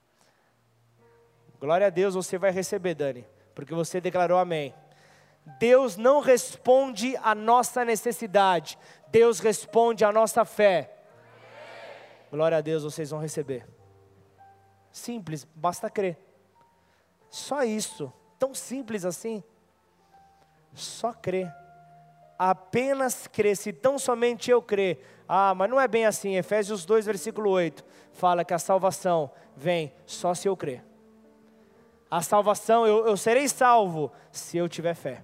Speaker 1: Glória a Deus, você vai receber, Dani, porque você declarou amém. Deus não responde à nossa necessidade. Deus responde à nossa fé. Glória a Deus, vocês vão receber. Simples, basta crer. Só isso, tão simples assim. Só crer. Apenas crer, se tão somente eu crer. Mas não é bem assim. Efésios 2, versículo 8, fala que a salvação vem só se eu crer. A salvação, eu serei salvo se eu tiver fé.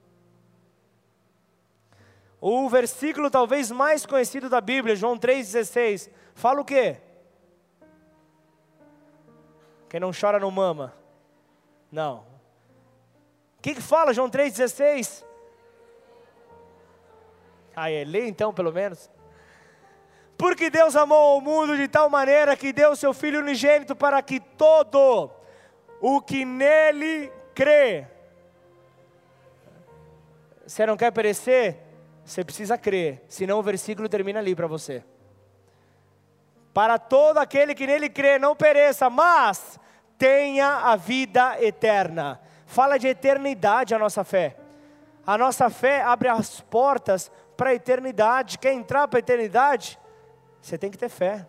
Speaker 1: O versículo talvez mais conhecido da Bíblia, João 3,16, fala o quê? Quem não chora não mama. Não. O que fala João 3,16? Lê então pelo menos. Porque Deus amou o mundo de tal maneira que deu seu Filho unigênito para que todo o que nele crê. Você não quer perecer? Você precisa crer, senão o versículo termina ali para você. Para todo aquele que nele crê, não pereça, mas tenha a vida eterna. Fala de eternidade a nossa fé. A nossa fé abre as portas para a eternidade. Quer entrar para a eternidade? Você tem que ter fé.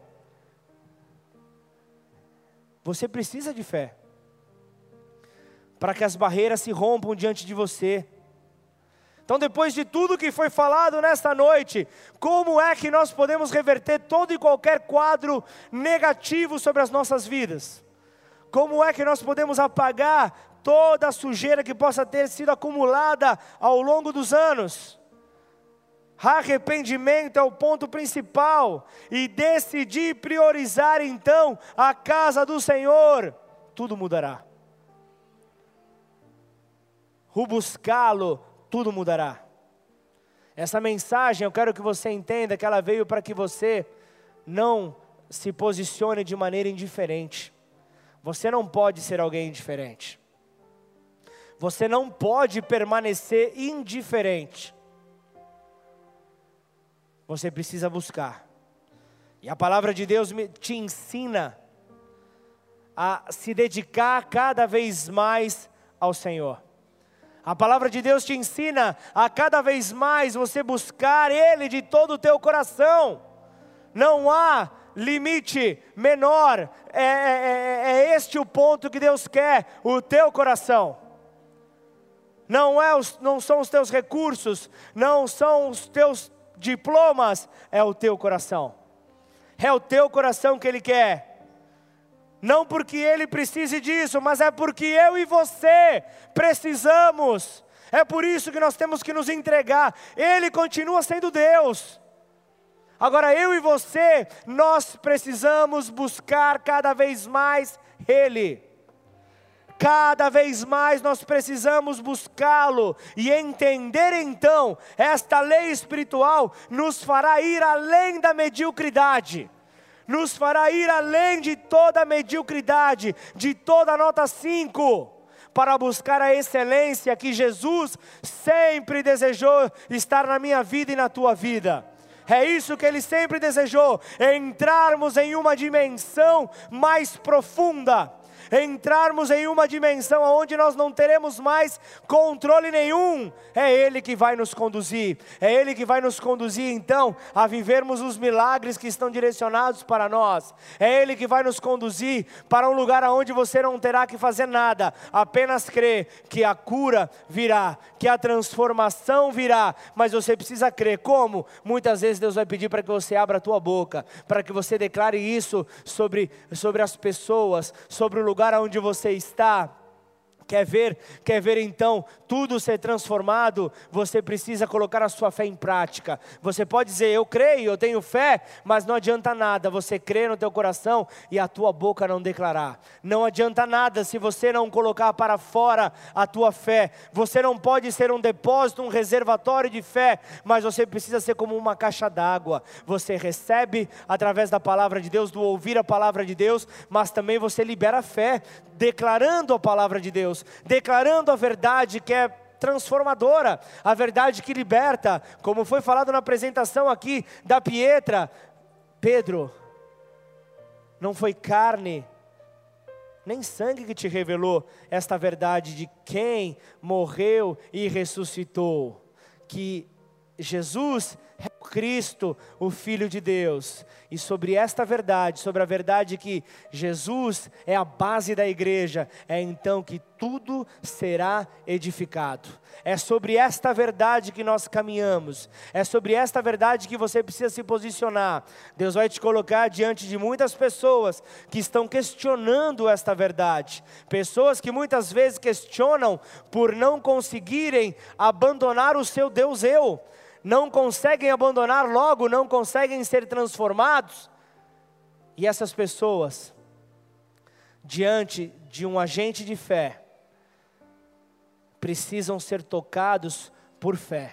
Speaker 1: Você precisa de fé, para que as barreiras se rompam diante de você. Então, depois de tudo que foi falado nesta noite, como é que nós podemos reverter todo e qualquer quadro negativo sobre as nossas vidas? Como é que nós podemos apagar toda a sujeira que possa ter sido acumulada ao longo dos anos? Arrependimento é o ponto principal, e decidir priorizar então a casa do Senhor, tudo mudará. O buscá-lo, tudo mudará. Essa mensagem eu quero que você entenda que ela veio para que você não se posicione de maneira indiferente. Você não pode ser alguém indiferente. Você não pode permanecer indiferente. Você precisa buscar. E a palavra de Deus te ensina a se dedicar cada vez mais ao Senhor. A palavra de Deus te ensina a cada vez mais você buscar Ele de todo o teu coração. Não há limite menor, é este o ponto que Deus quer, o teu coração. Não são os teus recursos, não são os teus diplomas, é o teu coração. É o teu coração que Ele quer. Não porque Ele precise disso, mas é porque eu e você precisamos. É por isso que nós temos que nos entregar. Ele continua sendo Deus. Agora eu e você, nós precisamos buscar cada vez mais Ele. Cada vez mais nós precisamos buscá-lo e entender então, esta lei espiritual nos fará ir além da mediocridade. Nos fará ir além de toda a mediocridade, de toda a nota 5, para buscar a excelência que Jesus sempre desejou estar na minha vida e na tua vida. É isso que Ele sempre desejou, entrarmos em uma dimensão mais profunda. Entrarmos em uma dimensão onde nós não teremos mais controle nenhum. É Ele que vai nos conduzir. É Ele que vai nos conduzir então a vivermos os milagres que estão direcionados para nós. É Ele que vai nos conduzir para um lugar onde você não terá que fazer nada, apenas crer que a cura virá, que a transformação virá, mas você precisa crer. Como? Muitas vezes Deus vai pedir para que você abra a tua boca, para que você declare isso sobre as pessoas, sobre o lugar onde você está. Quer ver então tudo ser transformado? Você precisa colocar a sua fé em prática. Você pode dizer, eu creio, eu tenho fé, mas não adianta nada você crer no teu coração e a tua boca não declarar. Não adianta nada se você não colocar para fora a tua fé. Você não pode ser um depósito, um reservatório de fé, mas você precisa ser como uma caixa d'água. Você recebe através da palavra de Deus, do ouvir a palavra de Deus, mas também você libera a fé, declarando a palavra de Deus, declarando a verdade que é transformadora, a verdade que liberta, como foi falado na apresentação aqui da Pietra. Pedro, não foi carne nem sangue que te revelou esta verdade de quem morreu e ressuscitou, que Jesus é o Cristo, o Filho de Deus. E sobre esta verdade, sobre a verdade que Jesus é a base da igreja, é então que tudo será edificado. É sobre esta verdade que nós caminhamos, é sobre esta verdade que você precisa se posicionar. Deus vai te colocar diante de muitas pessoas que estão questionando esta verdade, pessoas que muitas vezes questionam por não conseguirem abandonar o seu Deus eu, não conseguem abandonar logo, não conseguem ser transformados. E essas pessoas, diante de um agente de fé, precisam ser tocados por fé.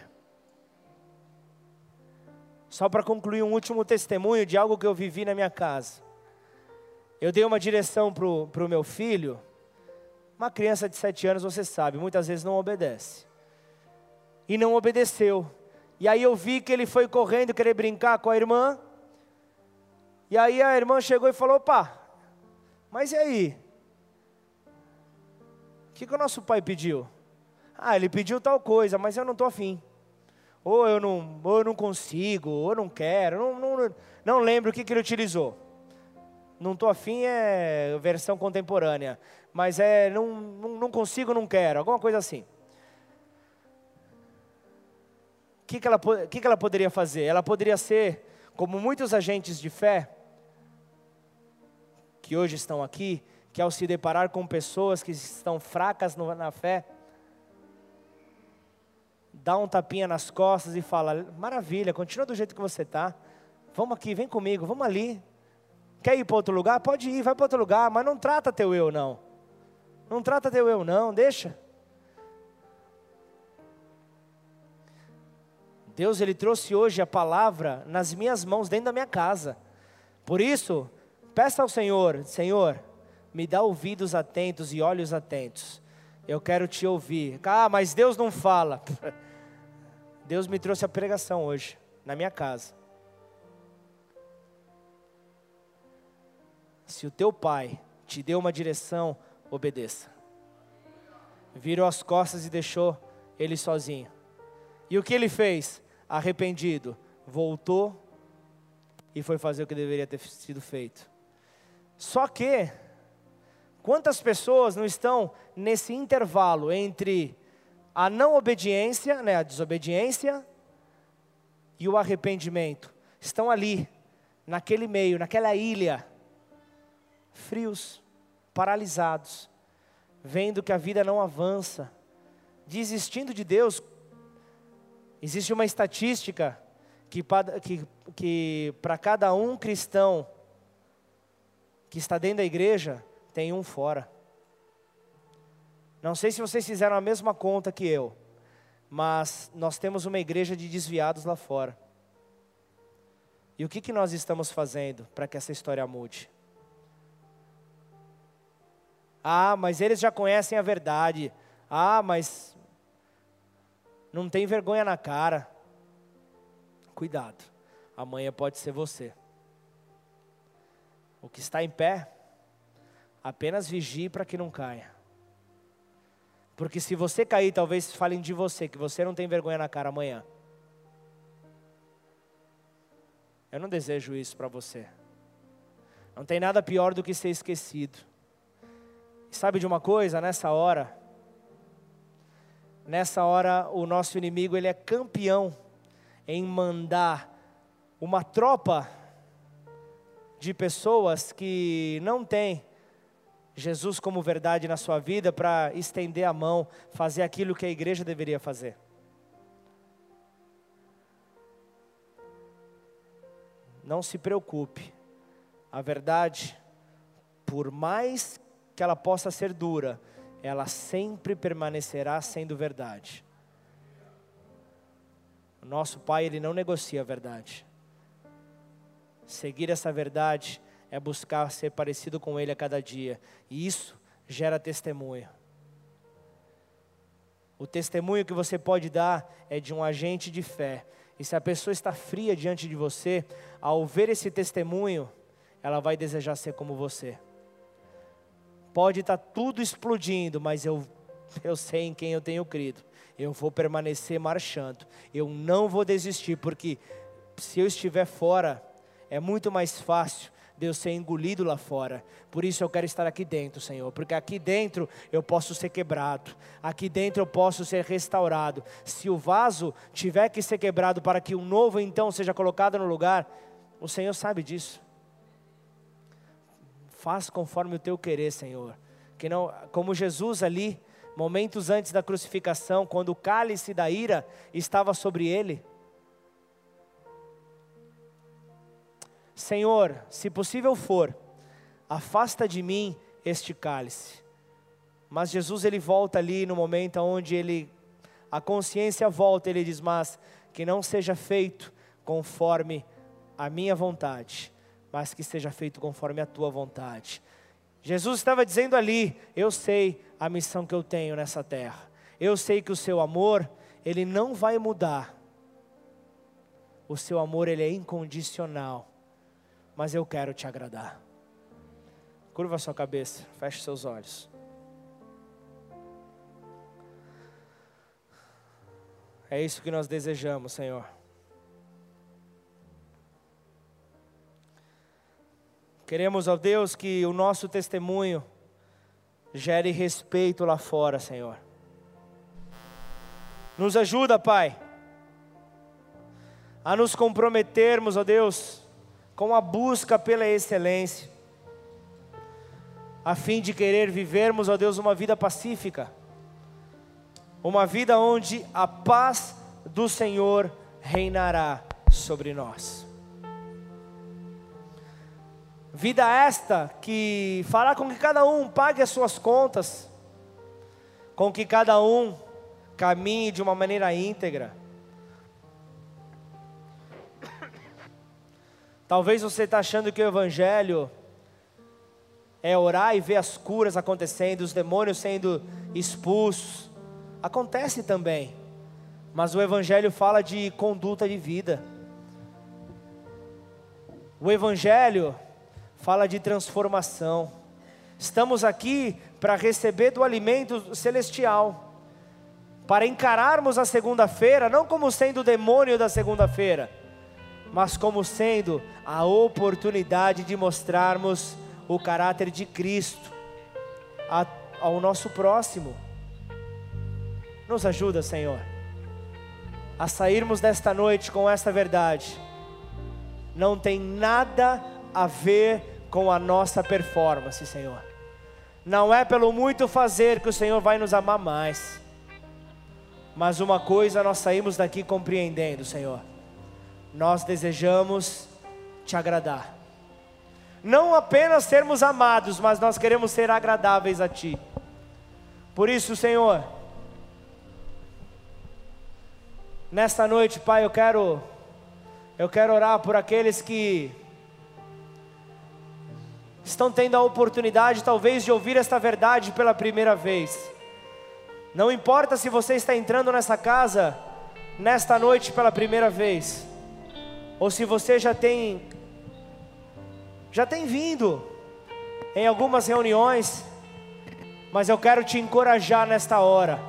Speaker 1: Só para concluir um último testemunho de algo que eu vivi na minha casa. Eu dei uma direção para o meu filho. Uma criança de 7 anos, você sabe, muitas vezes não obedece. E não obedeceu. E aí eu vi que ele foi correndo querer brincar com a irmã. E aí a irmã chegou e falou, opa, mas e aí? que o nosso pai pediu? Ah, ele pediu tal coisa, mas eu não estou afim. Ou eu não consigo, ou eu não quero, não lembro o que ele utilizou. Não estou afim é versão contemporânea, mas não consigo, não quero, alguma coisa assim. O que ela poderia fazer? Ela poderia ser, como muitos agentes de fé, que hoje estão aqui, que ao se deparar com pessoas que estão fracas na fé, dá um tapinha nas costas e fala, maravilha, continua do jeito que você está, vamos aqui, vem comigo, vamos ali, quer ir para outro lugar? Pode ir, vai para outro lugar, mas não trata teu eu não, não trata teu eu não, deixa. Deus, Ele trouxe hoje a palavra nas minhas mãos, dentro da minha casa, por isso, peça ao Senhor, Senhor, me dá ouvidos atentos e olhos atentos, eu quero te ouvir. Ah, mas Deus não fala. Deus me trouxe a pregação hoje, na minha casa. Se o teu pai te deu uma direção, obedeça. Virou as costas e deixou ele sozinho. E o que ele fez? Arrependido, voltou e foi fazer o que deveria ter sido feito. Só que, quantas pessoas não estão nesse intervalo entre a não obediência, a desobediência e o arrependimento? Estão ali, naquele meio, naquela ilha, frios, paralisados, vendo que a vida não avança, desistindo de Deus. Existe uma estatística que para cada um cristão que está dentro da igreja, tem um fora. Não sei se vocês fizeram a mesma conta que eu, mas nós temos uma igreja de desviados lá fora. E o que nós estamos fazendo para que essa história mude? Ah, mas eles já conhecem a verdade. Ah, mas não tem vergonha na cara. Cuidado, amanhã pode ser você. O que está em pé, apenas vigie para que não caia. Porque se você cair, talvez falem de você, que você não tem vergonha na cara amanhã. Eu não desejo isso para você. Não tem nada pior do que ser esquecido. E sabe de uma coisa? Nessa hora o nosso inimigo, ele é campeão em mandar uma tropa de pessoas que não têm Jesus como verdade na sua vida para estender a mão, fazer aquilo que a igreja deveria fazer. Não se preocupe, a verdade, por mais que ela possa ser dura, ela sempre permanecerá sendo verdade. O nosso Pai, Ele não negocia a verdade. Seguir essa verdade é buscar ser parecido com Ele a cada dia. E isso gera testemunho. O testemunho que você pode dar é de um agente de fé. E se a pessoa está fria diante de você, ao ver esse testemunho, ela vai desejar ser como você. Pode estar tudo explodindo, mas eu sei em quem eu tenho crido. Eu vou permanecer marchando. Eu não vou desistir, porque se eu estiver fora, é muito mais fácil de eu ser engolido lá fora. Por isso eu quero estar aqui dentro, Senhor, porque aqui dentro eu posso ser quebrado, aqui dentro eu posso ser restaurado. Se o vaso tiver que ser quebrado para que um novo então seja colocado no lugar, o Senhor sabe disso. Faz conforme o teu querer, Senhor. Que não, como Jesus ali, momentos antes da crucificação, quando o cálice da ira estava sobre ele. Senhor, se possível for, afasta de mim este cálice. Mas Jesus, ele volta ali no momento onde a consciência volta, ele diz, mas que não seja feito conforme a minha vontade, mas que seja feito conforme a tua vontade. Jesus estava dizendo ali, eu sei a missão que eu tenho nessa terra. Eu sei que o seu amor, ele não vai mudar. O seu amor, ele é incondicional. Mas eu quero te agradar. Curva a sua cabeça, feche seus olhos. É isso que nós desejamos, Senhor. Queremos, ó Deus, que o nosso testemunho gere respeito lá fora, Senhor. Nos ajuda, Pai, a nos comprometermos, ó Deus, com a busca pela excelência, a fim de querer vivermos, ó Deus, uma vida pacífica, uma vida onde a paz do Senhor reinará sobre nós. Vida esta que fará com que cada um pague as suas contas, com que cada um caminhe de uma maneira íntegra. Talvez você está achando que o Evangelho é orar e ver as curas acontecendo, os demônios sendo expulsos. Acontece também, mas o Evangelho fala de conduta de vida. O Evangelho fala de transformação. Estamos aqui para receber do alimento celestial, para encararmos a segunda-feira, não como sendo o demônio da segunda-feira, mas como sendo a oportunidade de mostrarmos o caráter de Cristo ao nosso próximo. Nos ajuda, Senhor, a sairmos desta noite com essa verdade. Não tem nada a ver com a nossa performance, Senhor. Não é pelo muito fazer que o Senhor vai nos amar mais. Mas uma coisa nós saímos daqui compreendendo, Senhor. Nós desejamos te agradar. Não apenas sermos amados, mas nós queremos ser agradáveis a Ti. Por isso, Senhor, nesta noite, Pai, eu quero orar por aqueles que estão tendo a oportunidade talvez de ouvir esta verdade pela primeira vez. Não importa se você está entrando nessa casa nesta noite pela primeira vez, ou se você já tem vindo em algumas reuniões, mas eu quero te encorajar nesta hora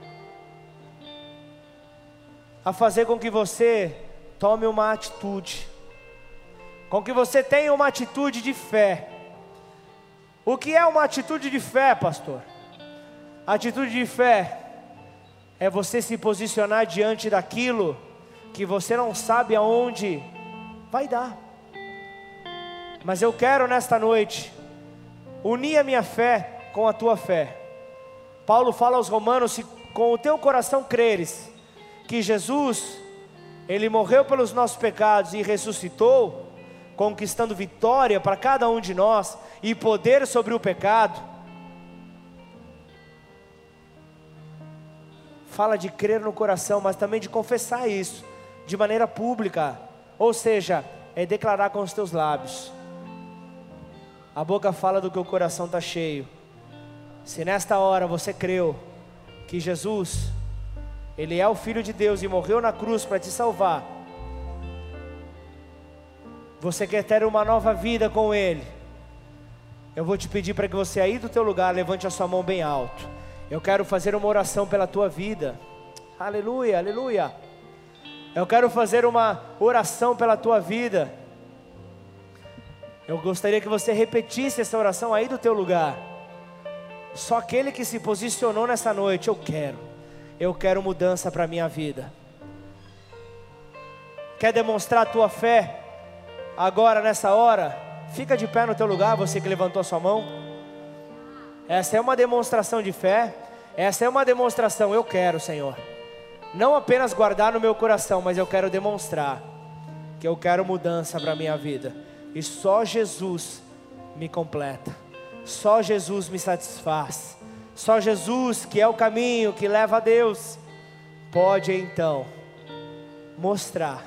Speaker 1: a fazer com que você tome uma atitude, com que você tenha uma atitude de fé. O que é uma atitude de fé, pastor? Atitude de fé é você se posicionar diante daquilo que você não sabe aonde vai dar. Mas eu quero nesta noite unir a minha fé com a tua fé. Paulo fala aos Romanos: se com o teu coração creres que Jesus, Ele morreu pelos nossos pecados e ressuscitou, conquistando vitória para cada um de nós e poder sobre o pecado. Fala de crer no coração, mas também de confessar isso de maneira pública, ou seja, é declarar com os teus lábios. A boca fala do que o coração está cheio. Se nesta hora você creu que Jesus, Ele é o Filho de Deus e morreu na cruz para te salvar, você quer ter uma nova vida com Ele, eu vou te pedir para que você aí do teu lugar levante a sua mão bem alto. Eu quero fazer uma oração pela tua vida. Aleluia, aleluia. Eu quero fazer uma oração pela tua vida. Eu gostaria que você repetisse essa oração aí do teu lugar. Só aquele que se posicionou nessa noite: eu quero mudança para a minha vida. Quer demonstrar a tua fé agora nessa hora? Fica de pé no teu lugar, você que levantou a sua mão. Essa é uma demonstração de fé. Essa é uma demonstração: eu quero, Senhor, não apenas guardar no meu coração, mas eu quero demonstrar que eu quero mudança para a minha vida. E só Jesus me completa, só Jesus me satisfaz, só Jesus, que é o caminho que leva a Deus, pode então mostrar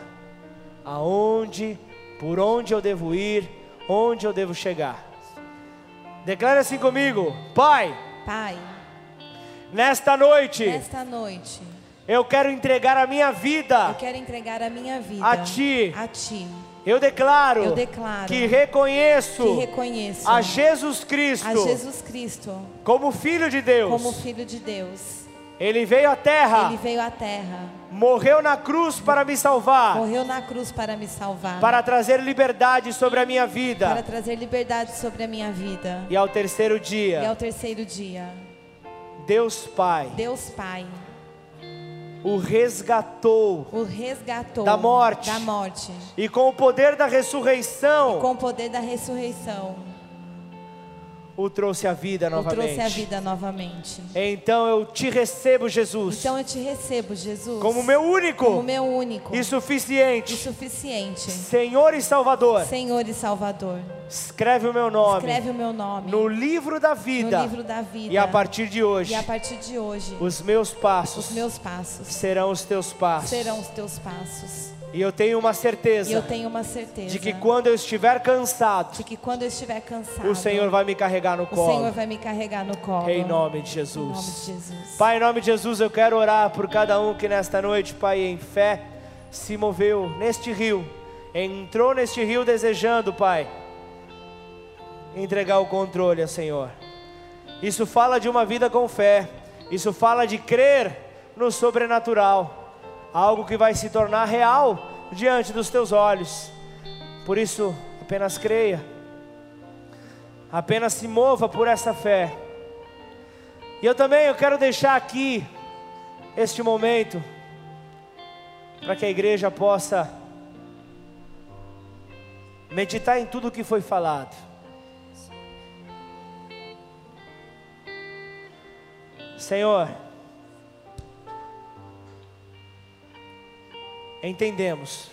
Speaker 1: por onde eu devo ir, onde eu devo chegar. Declara assim comigo: Pai, nesta noite, eu quero entregar a minha vida, a Ti. Eu declaro que reconheço a Jesus Cristo como Filho de Deus. Ele veio à terra.
Speaker 2: Ele veio à terra.
Speaker 1: Morreu na cruz para me salvar.
Speaker 2: Morreu na cruz para me salvar.
Speaker 1: Para trazer liberdade sobre a minha vida.
Speaker 2: Para trazer liberdade sobre a minha vida.
Speaker 1: E ao terceiro dia.
Speaker 2: E ao terceiro dia.
Speaker 1: Deus Pai.
Speaker 2: Deus Pai.
Speaker 1: O resgatou.
Speaker 2: O resgatou.
Speaker 1: Da morte.
Speaker 2: Da morte.
Speaker 1: E com o poder da ressurreição.
Speaker 2: E com o poder da ressurreição.
Speaker 1: O trouxe à vida novamente.
Speaker 2: O trouxe à vida novamente.
Speaker 1: Então eu te recebo, Jesus.
Speaker 2: Então eu te recebo, Jesus.
Speaker 1: Como meu único.
Speaker 2: Como meu único.
Speaker 1: E suficiente.
Speaker 2: E suficiente.
Speaker 1: Senhor e Salvador.
Speaker 2: Senhor e Salvador.
Speaker 1: Escreve o meu nome.
Speaker 2: Escreve o meu nome.
Speaker 1: No livro da vida.
Speaker 2: No livro da vida.
Speaker 1: E a partir de hoje.
Speaker 2: E a partir de hoje.
Speaker 1: Os meus passos.
Speaker 2: Os meus passos.
Speaker 1: Serão os teus passos.
Speaker 2: Serão os teus passos.
Speaker 1: E eu tenho uma certeza.
Speaker 2: E eu tenho uma certeza.
Speaker 1: De que quando eu estiver cansado.
Speaker 2: De que quando eu estiver cansado.
Speaker 1: O Senhor vai me carregar no colo.
Speaker 2: O Senhor vai me carregar no colo.
Speaker 1: Em nome de Jesus.
Speaker 2: Em nome de Jesus.
Speaker 1: Pai, em nome de Jesus, eu quero orar por cada um que nesta noite, Pai, em fé, se moveu neste rio. Entrou neste rio desejando, Pai, entregar o controle ao Senhor. Isso fala de uma vida com fé. Isso fala de crer no sobrenatural. Algo que vai se tornar real diante dos teus olhos. Por isso, apenas creia. Apenas se mova por essa fé. E eu quero deixar aqui este momento para que a igreja possa meditar em tudo o que foi falado. Senhor, entendemos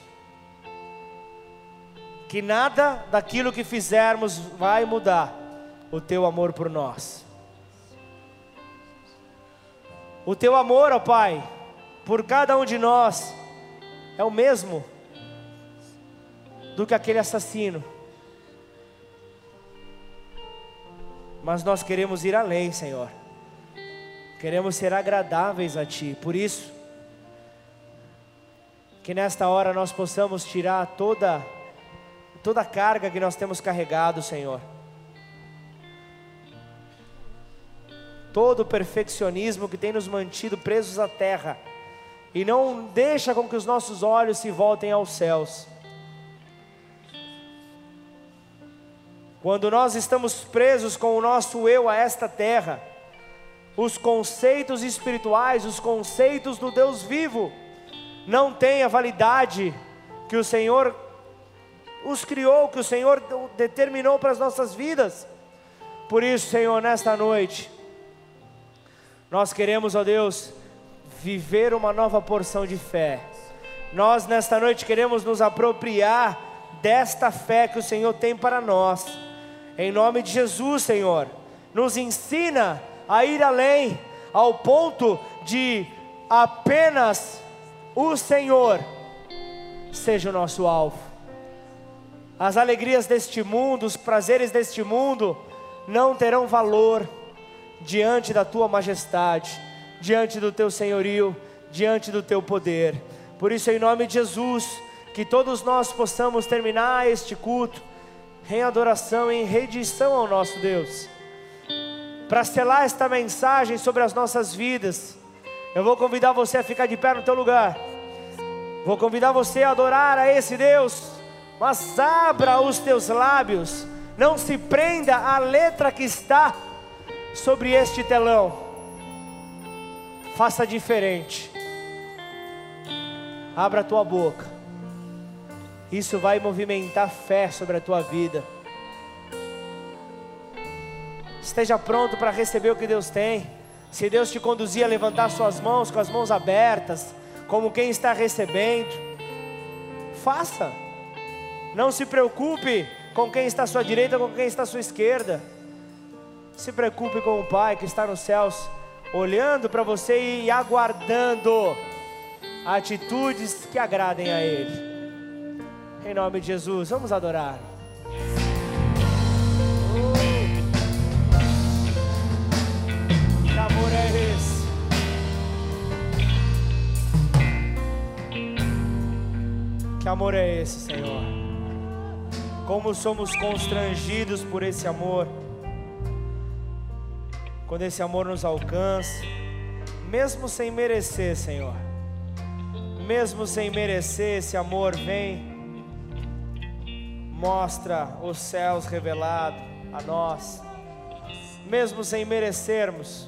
Speaker 1: que nada daquilo que fizermos vai mudar o teu amor por nós. O teu amor, ó Pai, por cada um de nós é o mesmo do que aquele assassino. Mas nós queremos ir além, Senhor. Queremos ser agradáveis a Ti. Por isso, que nesta hora nós possamos tirar toda a carga que nós temos carregado, Senhor. Todo o perfeccionismo que tem nos mantido presos à terra e não deixa com que os nossos olhos se voltem aos céus. Quando nós estamos presos com o nosso eu a esta terra, os conceitos espirituais, os conceitos do Deus vivo, não têm a validade que o Senhor os criou, que o Senhor determinou para as nossas vidas. Por isso, Senhor, nesta noite, nós queremos, ó Deus, viver uma nova porção de fé. Nós nesta noite queremos nos apropriar desta fé que o Senhor tem para nós. Em nome de Jesus, Senhor, nos ensina a ir além, ao ponto de apenas o Senhor seja o nosso alvo. As alegrias deste mundo, os prazeres deste mundo não terão valor diante da Tua majestade, diante do Teu senhorio, diante do Teu poder. Por isso, em nome de Jesus, que todos nós possamos terminar este culto em adoração, em rendição ao nosso Deus. Para selar esta mensagem sobre as nossas vidas, eu vou convidar você a ficar de pé no teu lugar. Vou convidar você a adorar a esse Deus, mas abra os teus lábios, não se prenda à letra que está sobre este telão. Faça diferente. Abra a tua boca. Isso vai movimentar fé sobre a tua vida. Esteja pronto para receber o que Deus tem. Se Deus te conduzir a levantar suas mãos com as mãos abertas, como quem está recebendo, faça. Não se preocupe com quem está à sua direita, com quem está à sua esquerda. Se preocupe com o Pai que está nos céus, olhando para você e aguardando atitudes que agradem a Ele. Em nome de Jesus, vamos adorar. Que amor é esse? Que amor é esse, Senhor? Como somos constrangidos por esse amor. Quando esse amor nos alcança, mesmo sem merecer, Senhor, mesmo sem merecer, esse amor vem, mostra os céus revelados a nós, mesmo sem merecermos.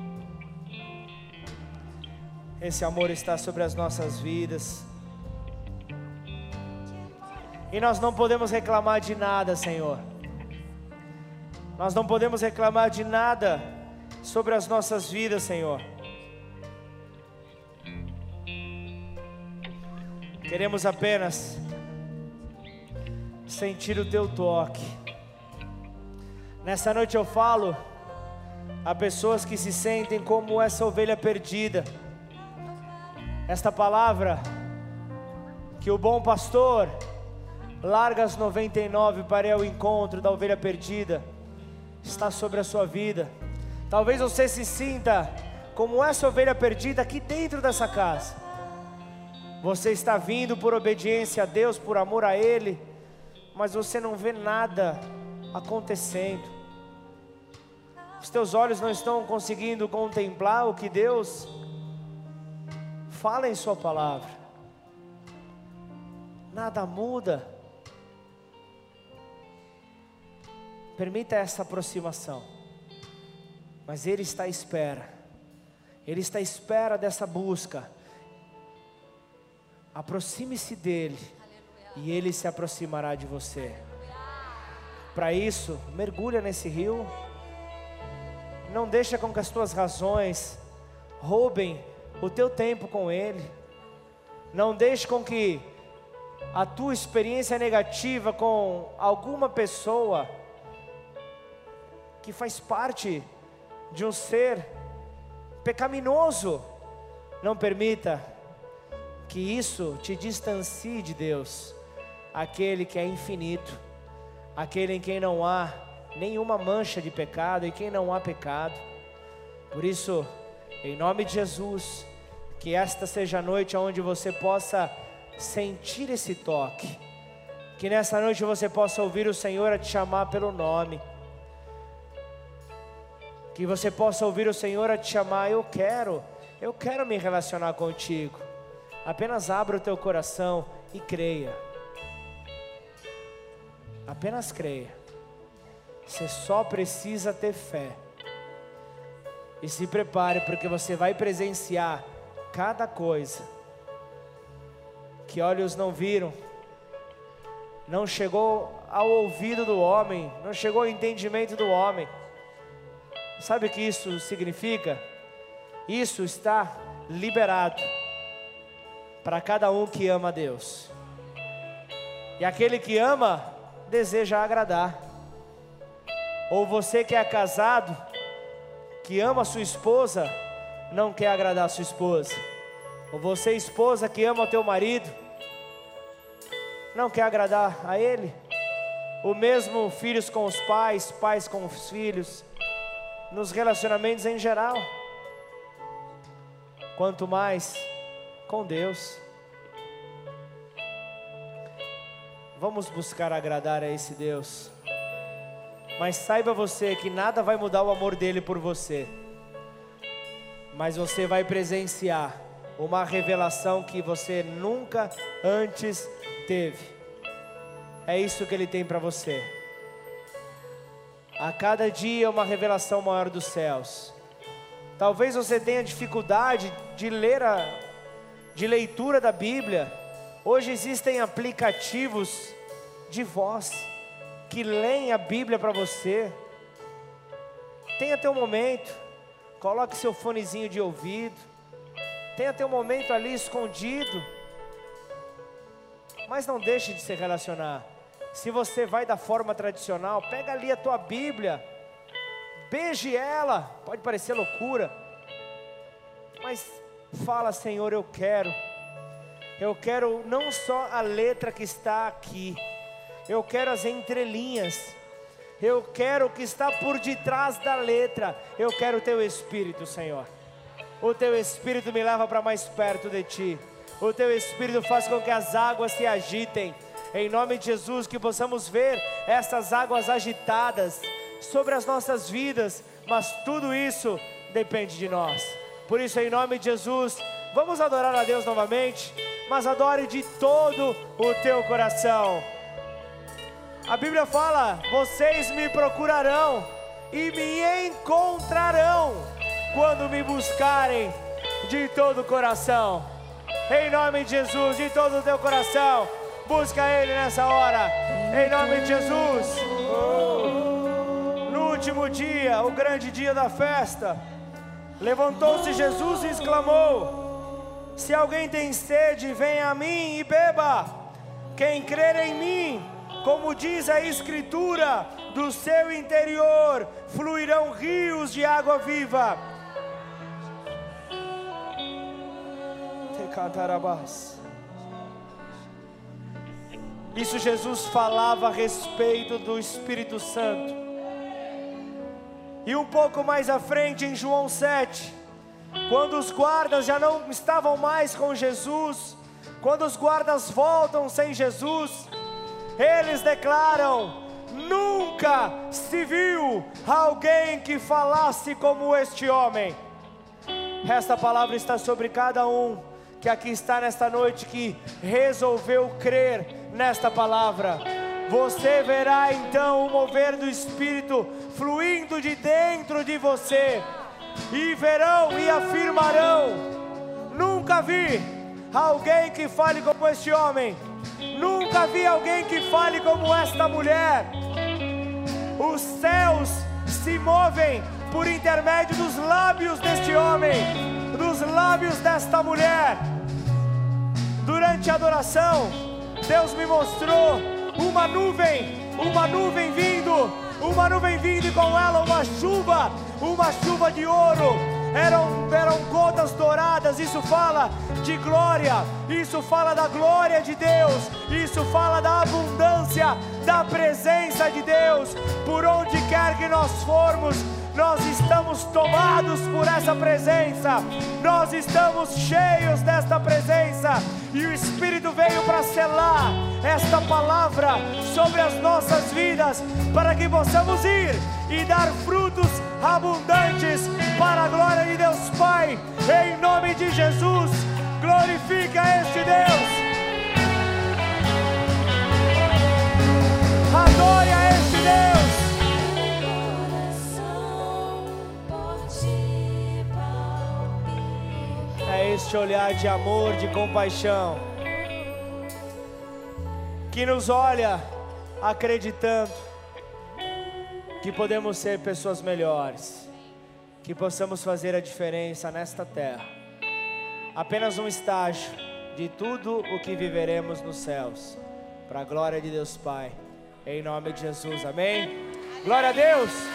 Speaker 1: Esse amor está sobre as nossas vidas, e nós não podemos reclamar de nada, Senhor. Nós não podemos reclamar de nada sobre as nossas vidas, Senhor. Queremos apenas sentir o Teu toque. Nessa noite eu falo a pessoas que se sentem como essa ovelha perdida. Esta palavra, que o bom pastor larga as 99 para ir ao encontro da ovelha perdida, está sobre a sua vida. Talvez você se sinta como essa ovelha perdida aqui dentro dessa casa. Você está vindo por obediência a Deus, por amor a Ele, mas você não vê nada acontecendo. Os teus olhos não estão conseguindo contemplar o que Deus fala em sua palavra. Nada muda. Permita essa aproximação, mas Ele está à espera. Ele está à espera dessa busca. Aproxime-se dEle, e Ele se aproximará de você. Para isso, mergulha nesse rio. Não deixa com que as tuas razões roubem o teu tempo com Ele. Não deixe com que a tua experiência negativa com alguma pessoa que faz parte de um ser pecaminoso, não permita que isso te distancie de Deus, aquele que é infinito, aquele em quem não há nenhuma mancha de pecado, em quem não há pecado. Por isso, em nome de Jesus, que esta seja a noite onde você possa sentir esse toque, que nessa noite você possa ouvir o Senhor a te chamar pelo nome, que você possa ouvir o Senhor a te chamar: eu quero me relacionar contigo. Apenas abra o teu coração e creia. Apenas creia. Você só precisa ter fé. E se prepare, porque você vai presenciar cada coisa que olhos não viram, não chegou ao ouvido do homem, não chegou ao entendimento do homem. Sabe o que isso significa? Isso está liberado para cada um que ama a Deus. E aquele que ama, deseja agradar. Ou você que é casado, que ama a sua esposa, não quer agradar a sua esposa. Ou você, esposa, que ama o teu marido, não quer agradar a ele. O mesmo filhos com os pais, pais com os filhos, nos relacionamentos em geral. Quanto mais com Deus. Vamos buscar agradar a esse Deus. Mas saiba você que nada vai mudar o amor dele por você. Mas você vai presenciar uma revelação que você nunca antes teve. É isso que ele tem para você. A cada dia uma revelação maior dos céus. Talvez você tenha dificuldade de leitura da Bíblia. Hoje existem aplicativos de voz que leem a Bíblia para você. Tenha teu momento, coloque seu fonezinho de ouvido, tenha teu momento ali escondido, mas não deixe de se relacionar. Se você vai da forma tradicional, pega ali a tua Bíblia, beije ela. Pode parecer loucura, mas fala: Senhor, eu quero não só a letra que está aqui, eu quero as entrelinhas, eu quero o que está por detrás da letra. Eu quero o teu Espírito, Senhor. O teu Espírito me leva para mais perto de ti. O teu Espírito faz com que as águas se agitem. Em nome de Jesus, que possamos ver essas águas agitadas sobre as nossas vidas. Mas tudo isso depende de nós. Por isso, em nome de Jesus, vamos adorar a Deus novamente, mas adore de todo o teu coração. A Bíblia fala: vocês me procurarão e me encontrarão quando me buscarem de todo o coração. Em nome de Jesus, de todo o teu coração, busca Ele nessa hora. Em nome de Jesus. No último dia, o grande dia da festa, levantou-se Jesus e exclamou: se alguém tem sede, venha a mim e beba. Quem crer em mim, como diz a Escritura, do seu interior fluirão rios de água viva. Isso Jesus falava a respeito do Espírito Santo. E um pouco mais à frente, em João 7, quando os guardas já não estavam mais com Jesus, quando os guardas voltam sem Jesus, eles declaram: nunca se viu alguém que falasse como este homem. Esta palavra está sobre cada um que aqui está nesta noite, que resolveu crer nesta palavra. Você verá então o mover do Espírito fluindo de dentro de você, e verão e afirmarão: nunca vi alguém que fale como este homem, nunca vi alguém que fale como esta mulher. Os céus se movem por intermédio dos lábios deste homem, dos lábios desta mulher. Durante a adoração, Deus me mostrou uma nuvem vindo, e com ela uma chuva de ouro. Eram gotas douradas. Isso fala de glória, isso fala da glória de Deus, isso fala da abundância da presença de Deus. Por onde quer que nós formos, nós estamos tomados por essa presença, nós estamos cheios desta presença, e o Espírito veio para selar esta palavra sobre as nossas vidas, para que possamos ir e dar frutos abundantes para a glória de Deus Pai. Em nome de Jesus, glorifica este Deus, adore a este Deus. É este olhar de amor, de compaixão, que nos olha acreditando que podemos ser pessoas melhores, que possamos fazer a diferença nesta terra. Apenas um estágio de tudo o que viveremos nos céus, para a glória de Deus Pai, em nome de Jesus, amém? Glória a Deus!